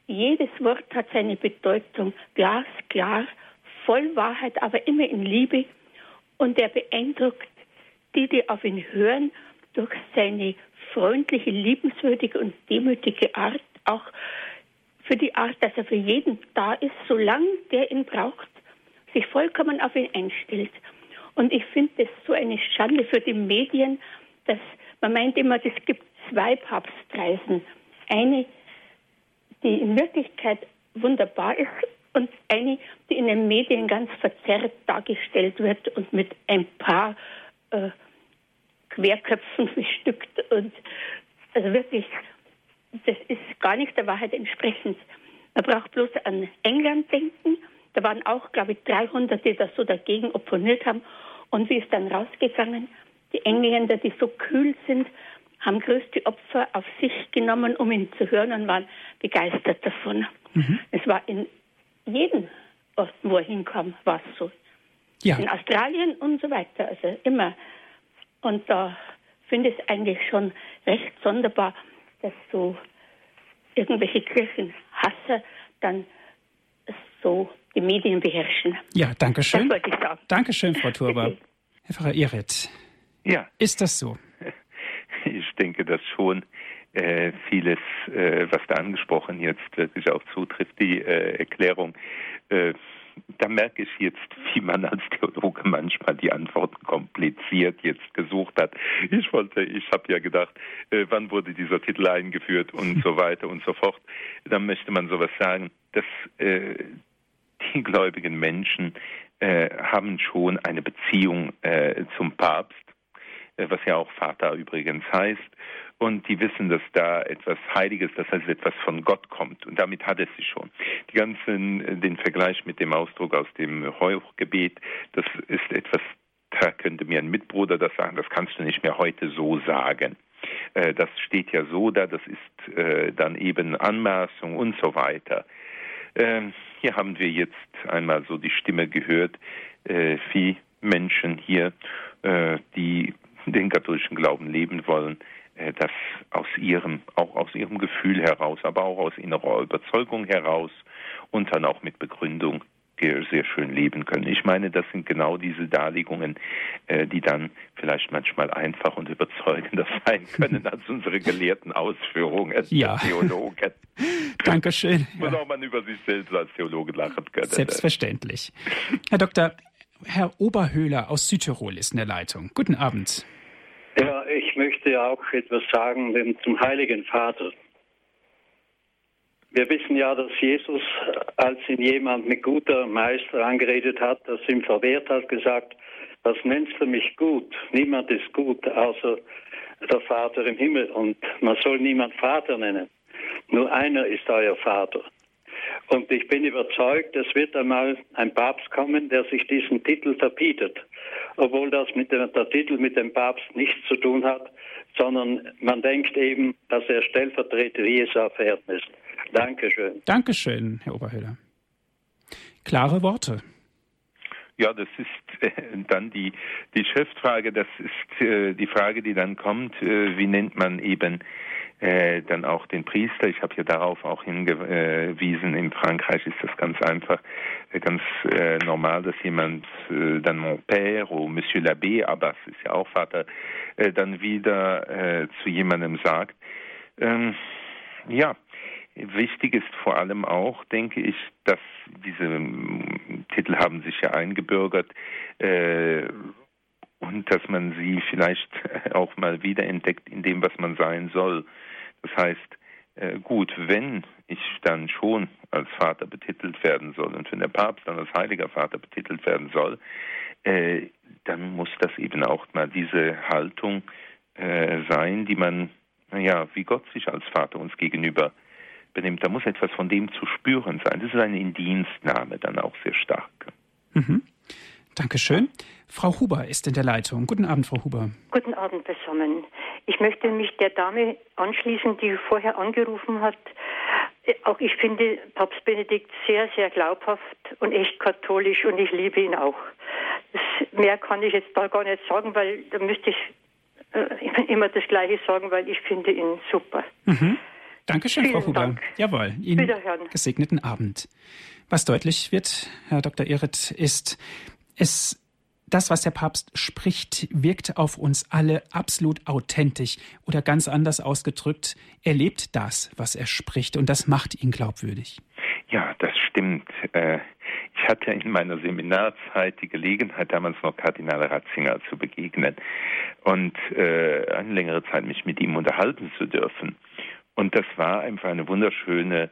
jedes Wort hat seine Bedeutung, glasklar, voll Wahrheit, aber immer in Liebe. Und er beeindruckt die, die auf ihn hören, durch seine freundliche, liebenswürdige und demütige Art, auch für die Art, dass er für jeden da ist, solange der ihn braucht, sich vollkommen auf ihn einstellt. Und ich finde das so eine Schande für die Medien, dass man meint immer, es gibt zwei Papstreisen. Eine, die in Wirklichkeit wunderbar ist und eine, die in den Medien ganz verzerrt dargestellt wird und mit ein paar äh, Querköpfen bestückt. Und also wirklich, das ist gar nicht der Wahrheit entsprechend. Man braucht bloß an England denken. Da waren auch, glaube ich, dreihundert, die das so dagegen opponiert haben. Und wie ist dann rausgegangen? Die Engländer, die so kühl sind, haben größte Opfer auf sich genommen, um ihn zu hören und waren begeistert davon. Mhm. Es war in jedem Osten, wo er hinkam, war es so. Ja. In Australien und so weiter, also immer. Und da finde ich es eigentlich schon recht sonderbar, dass so irgendwelche Kirchenhasser dann so die Medien beherrschen. Ja, danke schön. Das wollte ich sagen. Dankeschön, Frau Turba. Herr Pfarrer Ehret, ja. Ist das so? Ich denke, dass schon äh, vieles, äh, was da angesprochen jetzt wirklich auch zutrifft, die äh, Erklärung. Äh, da merke ich jetzt, wie man als Theologe manchmal die Antworten kompliziert jetzt gesucht hat. Ich wollte, ich habe ja gedacht, äh, wann wurde dieser Titel eingeführt und so weiter und so fort. Dann möchte man sowas sagen, dass äh, die gläubigen Menschen äh, haben schon eine Beziehung äh, zum Papst, äh, was ja auch Vater übrigens heißt. Und die wissen, dass da etwas Heiliges, das heißt etwas von Gott kommt. Und damit hat es sich schon. Die ganzen, den Vergleich mit dem Ausdruck aus dem Heuchgebet, das ist etwas, da könnte mir ein Mitbruder das sagen, das kannst du nicht mehr heute so sagen. Äh, das steht ja so da, das ist äh, dann eben Anmaßung und so weiter. Äh, hier haben wir jetzt einmal so die Stimme gehört, äh, wie Menschen hier, äh, die den katholischen Glauben leben wollen, das aus ihrem, auch aus ihrem Gefühl heraus, aber auch aus innerer Überzeugung heraus und dann auch mit Begründung sehr schön leben können. Ich meine, das sind genau diese Darlegungen, die dann vielleicht manchmal einfach und überzeugender sein können als unsere gelehrten Ausführungen ja. der Theologen. Dankeschön. Muss ja. auch man über sich selbst als Theologe lachen können. Selbstverständlich. Herr Doktor, Herr Oberhöhler aus Südtirol ist in der Leitung. Guten Abend. Ja, ich möchte auch etwas sagen zum Heiligen Vater. Wir wissen ja, dass Jesus, als ihn jemand mit guter Meister angeredet hat, das ihm verwehrt hat, gesagt, was nennst du mich gut? Niemand ist gut, außer der Vater im Himmel. Und man soll niemand Vater nennen. Nur einer ist euer Vater. Und ich bin überzeugt, es wird einmal ein Papst kommen, der sich diesen Titel verbietet. Obwohl das mit dem, der Titel mit dem Papst nichts zu tun hat, sondern man denkt eben, dass er Stellvertreter Jesu auf Erden ist. Dankeschön. Dankeschön, Herr Oberhöhler. Klare Worte. Ja, das ist äh, dann die, die Schriftfrage, das ist äh, die Frage, die dann kommt, äh, wie nennt man eben Äh, dann auch den Priester. Ich habe ja darauf auch hingewiesen, in Frankreich ist das ganz einfach, äh, ganz äh, normal, dass jemand äh, dann Mon Père oder Monsieur l'Abbé, Abbas ist ja auch Vater, äh, dann wieder äh, zu jemandem sagt. Ähm, ja, wichtig ist vor allem auch, denke ich, dass diese ähm, Titel haben sich ja eingebürgert, äh, und dass man sie vielleicht auch mal wiederentdeckt in dem, was man sein soll. Das heißt, äh, gut, wenn ich dann schon als Vater betitelt werden soll und wenn der Papst dann als Heiliger Vater betitelt werden soll, äh, dann muss das eben auch mal diese Haltung äh, sein, die man, ja, wie Gott sich als Vater uns gegenüber benimmt. Da muss etwas von dem zu spüren sein. Das ist eine Indienstnahme dann auch sehr stark. Mhm. Dankeschön. Frau Huber ist in der Leitung. Guten Abend, Frau Huber. Guten Abend zusammen. Ich möchte mich der Dame anschließen, die vorher angerufen hat. Auch ich finde Papst Benedikt sehr, sehr glaubhaft und echt katholisch und ich liebe ihn auch. Das, mehr kann ich jetzt da gar nicht sagen, weil da müsste ich äh, immer das Gleiche sagen, weil ich finde ihn super. Mhm. Dankeschön, Vielen Frau Huber. Dank. Jawohl, Ihnen Wiederhören. gesegneten Abend. Was deutlich wird, Herr Doktor Ehret, ist, es, das, was der Papst spricht, wirkt auf uns alle absolut authentisch oder ganz anders ausgedrückt. Er lebt das, was er spricht, und das macht ihn glaubwürdig. Ja, das stimmt. Ich hatte in meiner Seminarzeit die Gelegenheit, damals noch Kardinal Ratzinger zu begegnen und eine längere Zeit mich mit ihm unterhalten zu dürfen. Und das war einfach eine wunderschöne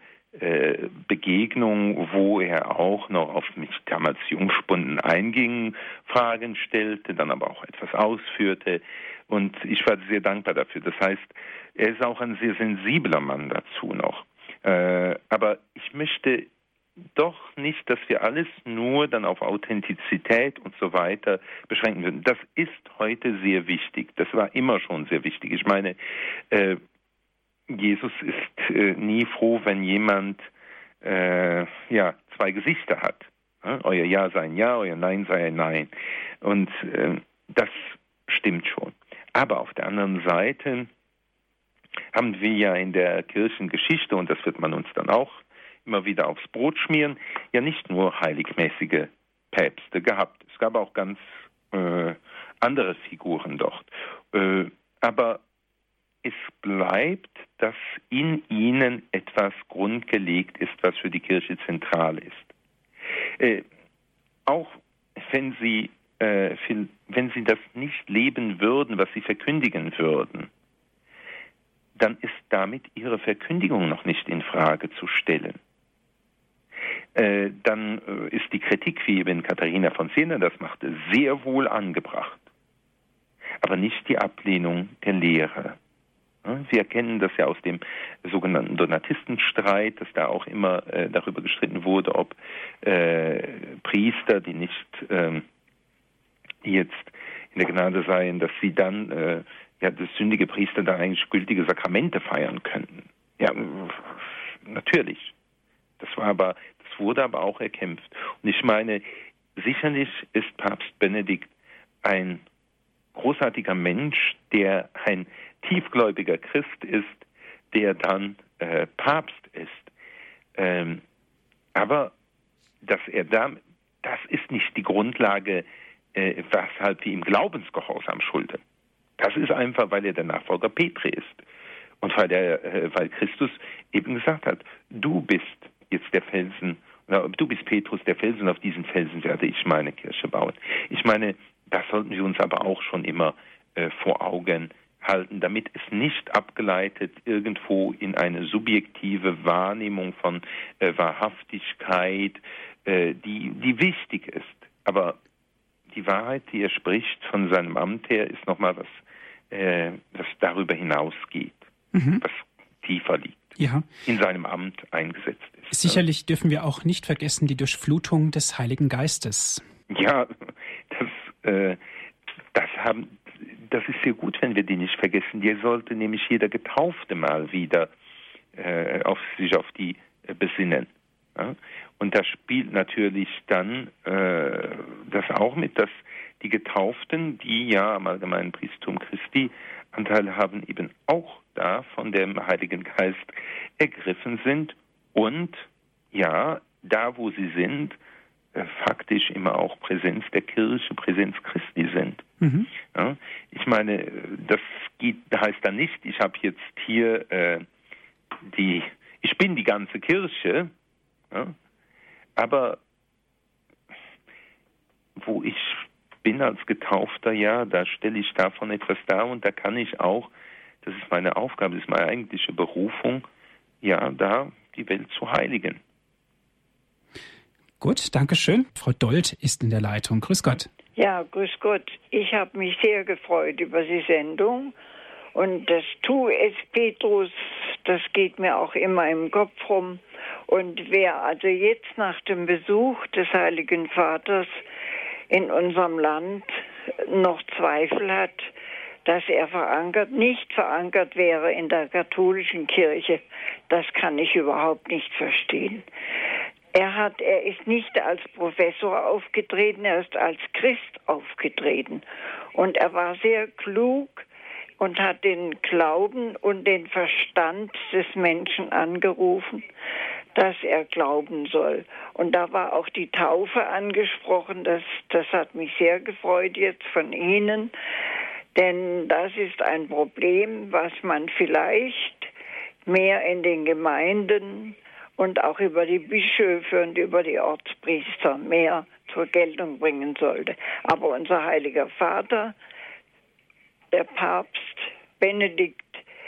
Begegnung, wo er auch noch auf mich damals Jungspunden einging, Fragen stellte, dann aber auch etwas ausführte. Und ich war sehr dankbar dafür. Das heißt, er ist auch ein sehr sensibler Mann dazu noch. Äh, aber ich möchte doch nicht, dass wir alles nur dann auf Authentizität und so weiter beschränken würden. Das ist heute sehr wichtig. Das war immer schon sehr wichtig. Ich meine, äh, Jesus ist äh, nie froh, wenn jemand äh, ja, zwei Gesichter hat. Ja? Euer Ja sei ein Ja, euer Nein sei ein Nein. Und äh, das stimmt schon. Aber auf der anderen Seite haben wir ja in der Kirchengeschichte, und das wird man uns dann auch immer wieder aufs Brot schmieren, ja nicht nur heiligmäßige Päpste gehabt. Es gab auch ganz äh, andere Figuren dort. Äh, aber es bleibt, dass in ihnen etwas grundgelegt ist, was für die Kirche zentral ist. Äh, auch wenn sie, äh, wenn sie das nicht leben würden, was sie verkündigen würden, dann ist damit ihre Verkündigung noch nicht in Frage zu stellen. Äh, dann äh, ist die Kritik, wie eben Katharina von Siena das machte, sehr wohl angebracht. Aber nicht die Ablehnung der Lehre. Wir kennen das ja aus dem sogenannten Donatistenstreit, dass da auch immer äh, darüber gestritten wurde, ob äh, Priester, die nicht äh, jetzt in der Gnade seien, dass sie dann, äh, ja, das sündige Priester da eigentlich gültige Sakramente feiern könnten. Ja, natürlich. Das war aber, das wurde aber auch erkämpft. Und ich meine, sicherlich ist Papst Benedikt ein großartiger Mensch, der ein tiefgläubiger Christ ist, der dann äh, Papst ist. Ähm, aber dass er da, das ist nicht die Grundlage, äh, weshalb wir ihm Glaubensgehorsam schulden. Das ist einfach, weil er der Nachfolger Petri ist. Und weil, der, äh, weil Christus eben gesagt hat, du bist jetzt der Felsen, oder, du bist Petrus, der Felsen, auf diesen Felsen werde ich meine Kirche bauen. Ich meine, das sollten wir uns aber auch schon immer äh, vor Augen halten, damit es nicht abgeleitet irgendwo in eine subjektive Wahrnehmung von äh, Wahrhaftigkeit, äh, die, die wichtig ist. Aber die Wahrheit, die er spricht von seinem Amt her, ist nochmal was, äh, was darüber hinausgeht, mhm. was tiefer liegt, ja. in seinem Amt eingesetzt ist. Sicherlich also. Dürfen wir auch nicht vergessen die Durchflutung des Heiligen Geistes. Ja, das, äh, das haben Das ist sehr gut, wenn wir die nicht vergessen. Hier sollte nämlich jeder Getaufte mal wieder äh, auf sich auf die äh, besinnen. Ja? Und da spielt natürlich dann äh, das auch mit, dass die Getauften, die ja am allgemeinen Priestertum Christi Anteil haben, eben auch da von dem Heiligen Geist ergriffen sind und ja, da wo sie sind, faktisch immer auch Präsenz der Kirche, Präsenz Christi sind. Mhm. Ja, ich meine, das geht, heißt dann nicht, ich habe jetzt hier äh, die, ich bin die ganze Kirche, ja, aber wo ich bin als Getaufter, ja, da stelle ich davon etwas dar und da kann ich auch, das ist meine Aufgabe, das ist meine eigentliche Berufung, ja, da die Welt zu heiligen. Gut, danke schön. Frau Dold ist in der Leitung. Grüß Gott. Ja, grüß Gott. Ich habe mich sehr gefreut über die Sendung. Und das Tu es Petrus, das geht mir auch immer im Kopf rum. Und wer also jetzt nach dem Besuch des Heiligen Vaters in unserem Land noch Zweifel hat, dass er verankert, nicht verankert wäre in der katholischen Kirche, das kann ich überhaupt nicht verstehen. Er hat, er ist nicht als Professor aufgetreten, er ist als Christ aufgetreten. Und er war sehr klug und hat den Glauben und den Verstand des Menschen angerufen, dass er glauben soll. Und da war auch die Taufe angesprochen. Das, das hat mich sehr gefreut jetzt von Ihnen, denn das ist ein Problem, was man vielleicht mehr in den Gemeinden und auch über die Bischöfe und über die Ortspriester mehr zur Geltung bringen sollte. Aber unser heiliger Vater, der Papst Benedikt,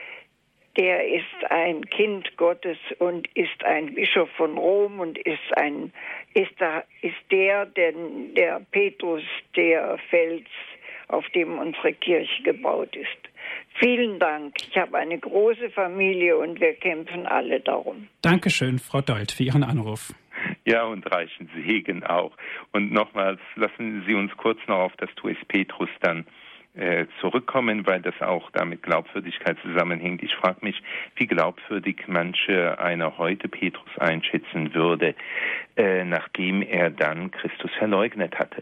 der ist ein Kind Gottes und ist ein Bischof von Rom und ist ein ist da ist der, denn der Petrus, der Fels, auf dem unsere Kirche gebaut ist. Vielen Dank. Ich habe eine große Familie und wir kämpfen alle darum. Dankeschön, Frau Dold, für Ihren Anruf. Ja, und reichen Segen auch. Und nochmals, lassen Sie uns kurz noch auf das Tues Petrus dann äh, zurückkommen, weil das auch da mit Glaubwürdigkeit zusammenhängt. Ich frage mich, wie glaubwürdig manche einer heute Petrus einschätzen würde, äh, nachdem er dann Christus verleugnet hatte.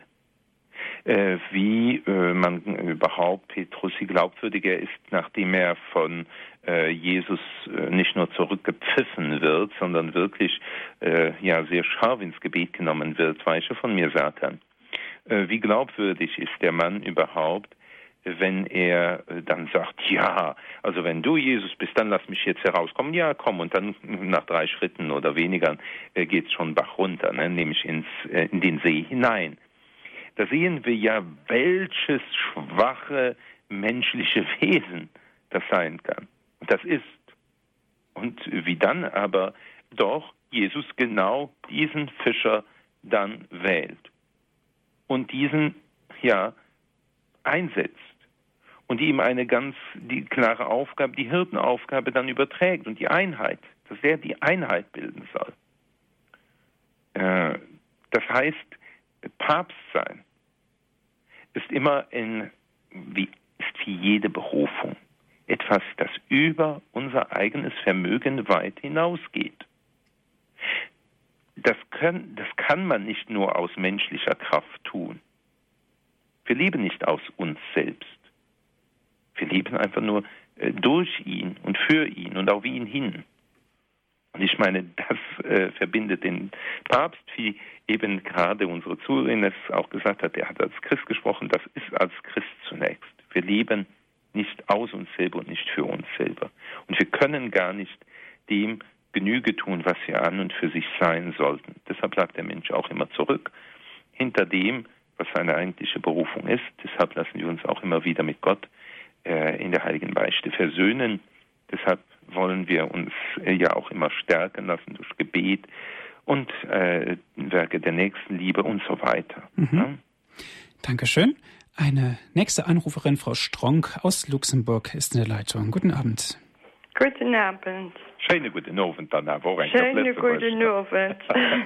Äh, wie äh, man überhaupt Petrus, wie glaubwürdig er ist, nachdem er von äh, Jesus äh, nicht nur zurückgepfiffen wird, sondern wirklich äh, ja sehr scharf ins Gebet genommen wird. Weiche von mir, Satan. Äh, wie glaubwürdig ist der Mann überhaupt, wenn er äh, dann sagt, ja, also wenn du Jesus bist, dann lass mich jetzt herauskommen. Ja, komm, und dann nach drei Schritten oder weniger äh, geht's schon Bach runter, ne? Nämlich ins, äh, in den See hinein. Da sehen wir ja, welches schwache menschliche Wesen das sein kann. Und das ist. Und wie dann aber doch Jesus genau diesen Fischer dann wählt und diesen, ja, einsetzt und ihm eine ganz die klare Aufgabe, die Hirtenaufgabe dann überträgt und die Einheit, dass er die Einheit bilden soll. Äh, das heißt, Papst sein ist immer in, wie, ist wie jede Berufung etwas, das über unser eigenes Vermögen weit hinausgeht. Das, können, das kann man nicht nur aus menschlicher Kraft tun. Wir leben nicht aus uns selbst. Wir leben einfach nur äh, durch ihn und für ihn und auf ihn hin. Und ich meine, das äh, verbindet den Papst, wie eben gerade unsere Zuhörerin es auch gesagt hat, er hat als Christ gesprochen, das ist als Christ zunächst. Wir leben nicht aus uns selber und nicht für uns selber. Und wir können gar nicht dem Genüge tun, was wir an und für sich sein sollten. Deshalb bleibt der Mensch auch immer zurück hinter dem, was seine eigentliche Berufung ist. Deshalb lassen wir uns auch immer wieder mit Gott äh, in der heiligen Beichte versöhnen. Deshalb wollen wir uns äh, ja auch immer stärken lassen durch Gebet und äh, Werke der Nächstenliebe und so weiter. Mhm. Ja? Dankeschön. Eine nächste Anruferin, Frau Stronk aus Luxemburg, ist in der Leitung. Guten Abend. Guten Abend. Schöne guten Abend, Anna. Schöne guten Abend.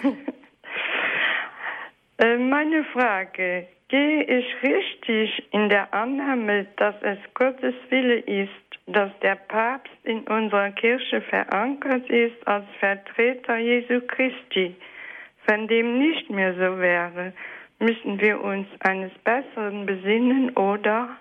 Meine Frage, gehe ich richtig in der Annahme, dass es Gottes Wille ist, dass der Papst in unserer Kirche verankert ist als Vertreter Jesu Christi? Wenn dem nicht mehr so wäre, müssen wir uns eines Besseren besinnen, oder?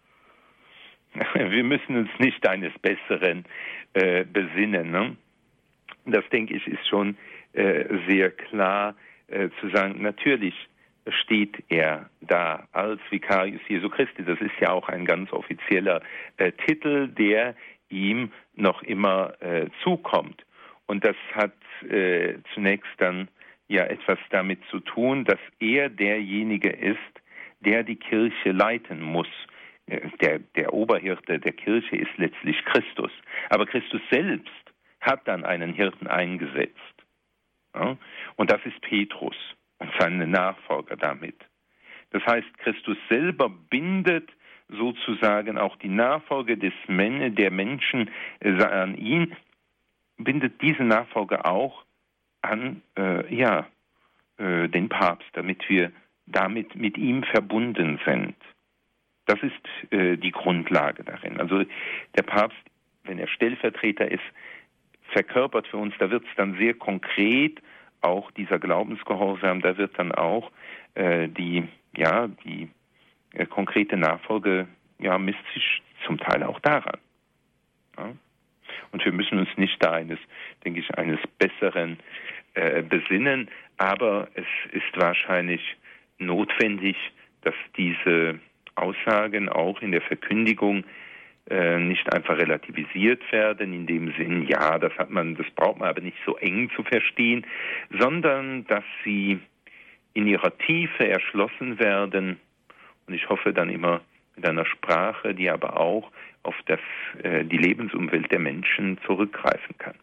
Wir müssen uns nicht eines Besseren äh, besinnen. Ne? Das, denke ich, ist schon äh, sehr klar äh, zu sagen. Natürlich steht er da als Vicarius Jesu Christi. Das ist ja auch ein ganz offizieller äh, Titel, der ihm noch immer äh, zukommt. Und das hat äh, zunächst dann ja etwas damit zu tun, dass er derjenige ist, der die Kirche leiten muss. Der, der Oberhirte der Kirche ist letztlich Christus. Aber Christus selbst hat dann einen Hirten eingesetzt. Ja? Und das ist Petrus und seine Nachfolger damit. Das heißt, Christus selber bindet sozusagen auch die Nachfolge des Men- der Menschen äh, an ihn, bindet diese Nachfolge auch an äh, ja, äh, den Papst, damit wir damit mit ihm verbunden sind. Das ist äh, die Grundlage darin. Also der Papst, wenn er Stellvertreter ist, verkörpert für uns, da wird es dann sehr konkret, auch dieser Glaubensgehorsam, da wird dann auch äh, die, ja, die äh, konkrete Nachfolge, ja, misst sich zum Teil auch daran. Ja? Und wir müssen uns nicht da eines, denke ich, eines Besseren äh, besinnen, aber es ist wahrscheinlich notwendig, dass diese Aussagen auch in der Verkündigung äh, nicht einfach relativisiert werden, in dem Sinn, ja, das hat man, das braucht man aber nicht so eng zu verstehen, sondern dass sie in ihrer Tiefe erschlossen werden und ich hoffe dann immer mit einer Sprache, die aber auch auf das, äh, die Lebensumwelt der Menschen zurückgreifen kann.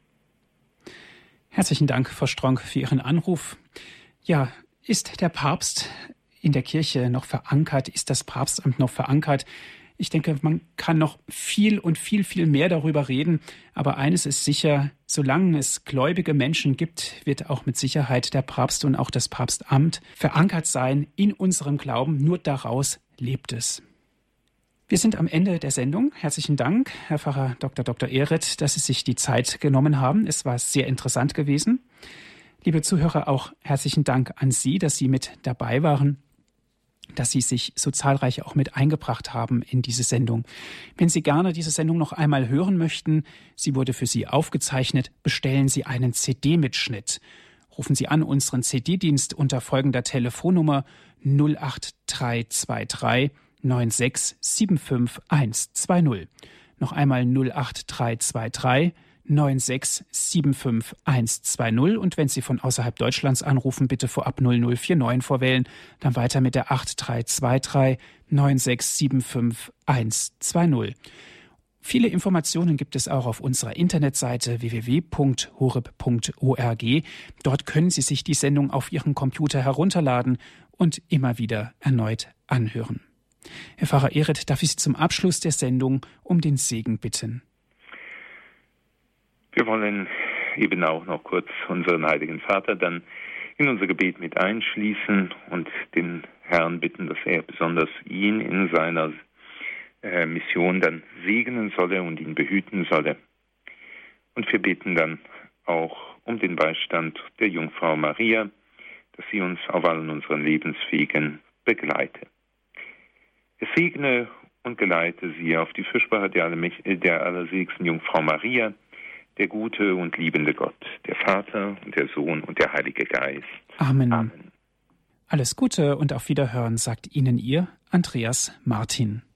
Herzlichen Dank, Frau Stronk, für Ihren Anruf. Ja, ist der Papst in der Kirche noch verankert? Ist das Papstamt noch verankert? Ich denke, man kann noch viel und viel, viel mehr darüber reden. Aber eines ist sicher, solange es gläubige Menschen gibt, wird auch mit Sicherheit der Papst und auch das Papstamt verankert sein in unserem Glauben. Nur daraus lebt es. Wir sind am Ende der Sendung. Herzlichen Dank, Herr Pfarrer Doktor Doktor Ehret, dass Sie sich die Zeit genommen haben. Es war sehr interessant gewesen. Liebe Zuhörer, auch herzlichen Dank an Sie, dass Sie mit dabei waren, dass Sie sich so zahlreich auch mit eingebracht haben in diese Sendung. Wenn Sie gerne diese Sendung noch einmal hören möchten, sie wurde für Sie aufgezeichnet, bestellen Sie einen C D-Mitschnitt. Rufen Sie an unseren C D-Dienst unter folgender Telefonnummer null acht drei zwei drei neun sechs sieben fünf eins zwei null. Noch einmal null acht drei zwei drei neun sechs sieben fünf eins zwei null und wenn Sie von außerhalb Deutschlands anrufen, bitte vorab null null vier neun vorwählen, dann weiter mit der acht drei zwei drei neun sechs sieben fünf eins zwei null. Viele Informationen gibt es auch auf unserer Internetseite w w w punkt horeb punkt org. Dort können Sie sich die Sendung auf Ihren Computer herunterladen und immer wieder erneut anhören. Herr Pfarrer Ehret, darf ich Sie zum Abschluss der Sendung um den Segen bitten? Wir wollen eben auch noch kurz unseren Heiligen Vater dann in unser Gebet mit einschließen und den Herrn bitten, dass er besonders ihn in seiner äh, Mission dann segnen solle und ihn behüten solle. Und wir beten dann auch um den Beistand der Jungfrau Maria, dass sie uns auf allen unseren Lebenswegen begleite. Es segne und geleite sie auf die Fürsprache der, der allerseligsten Jungfrau Maria, der gute und liebende Gott, der Vater und der Sohn und der Heilige Geist. Amen. Amen. Alles Gute und auf Wiederhören sagt Ihnen Ihr Andreas Martin.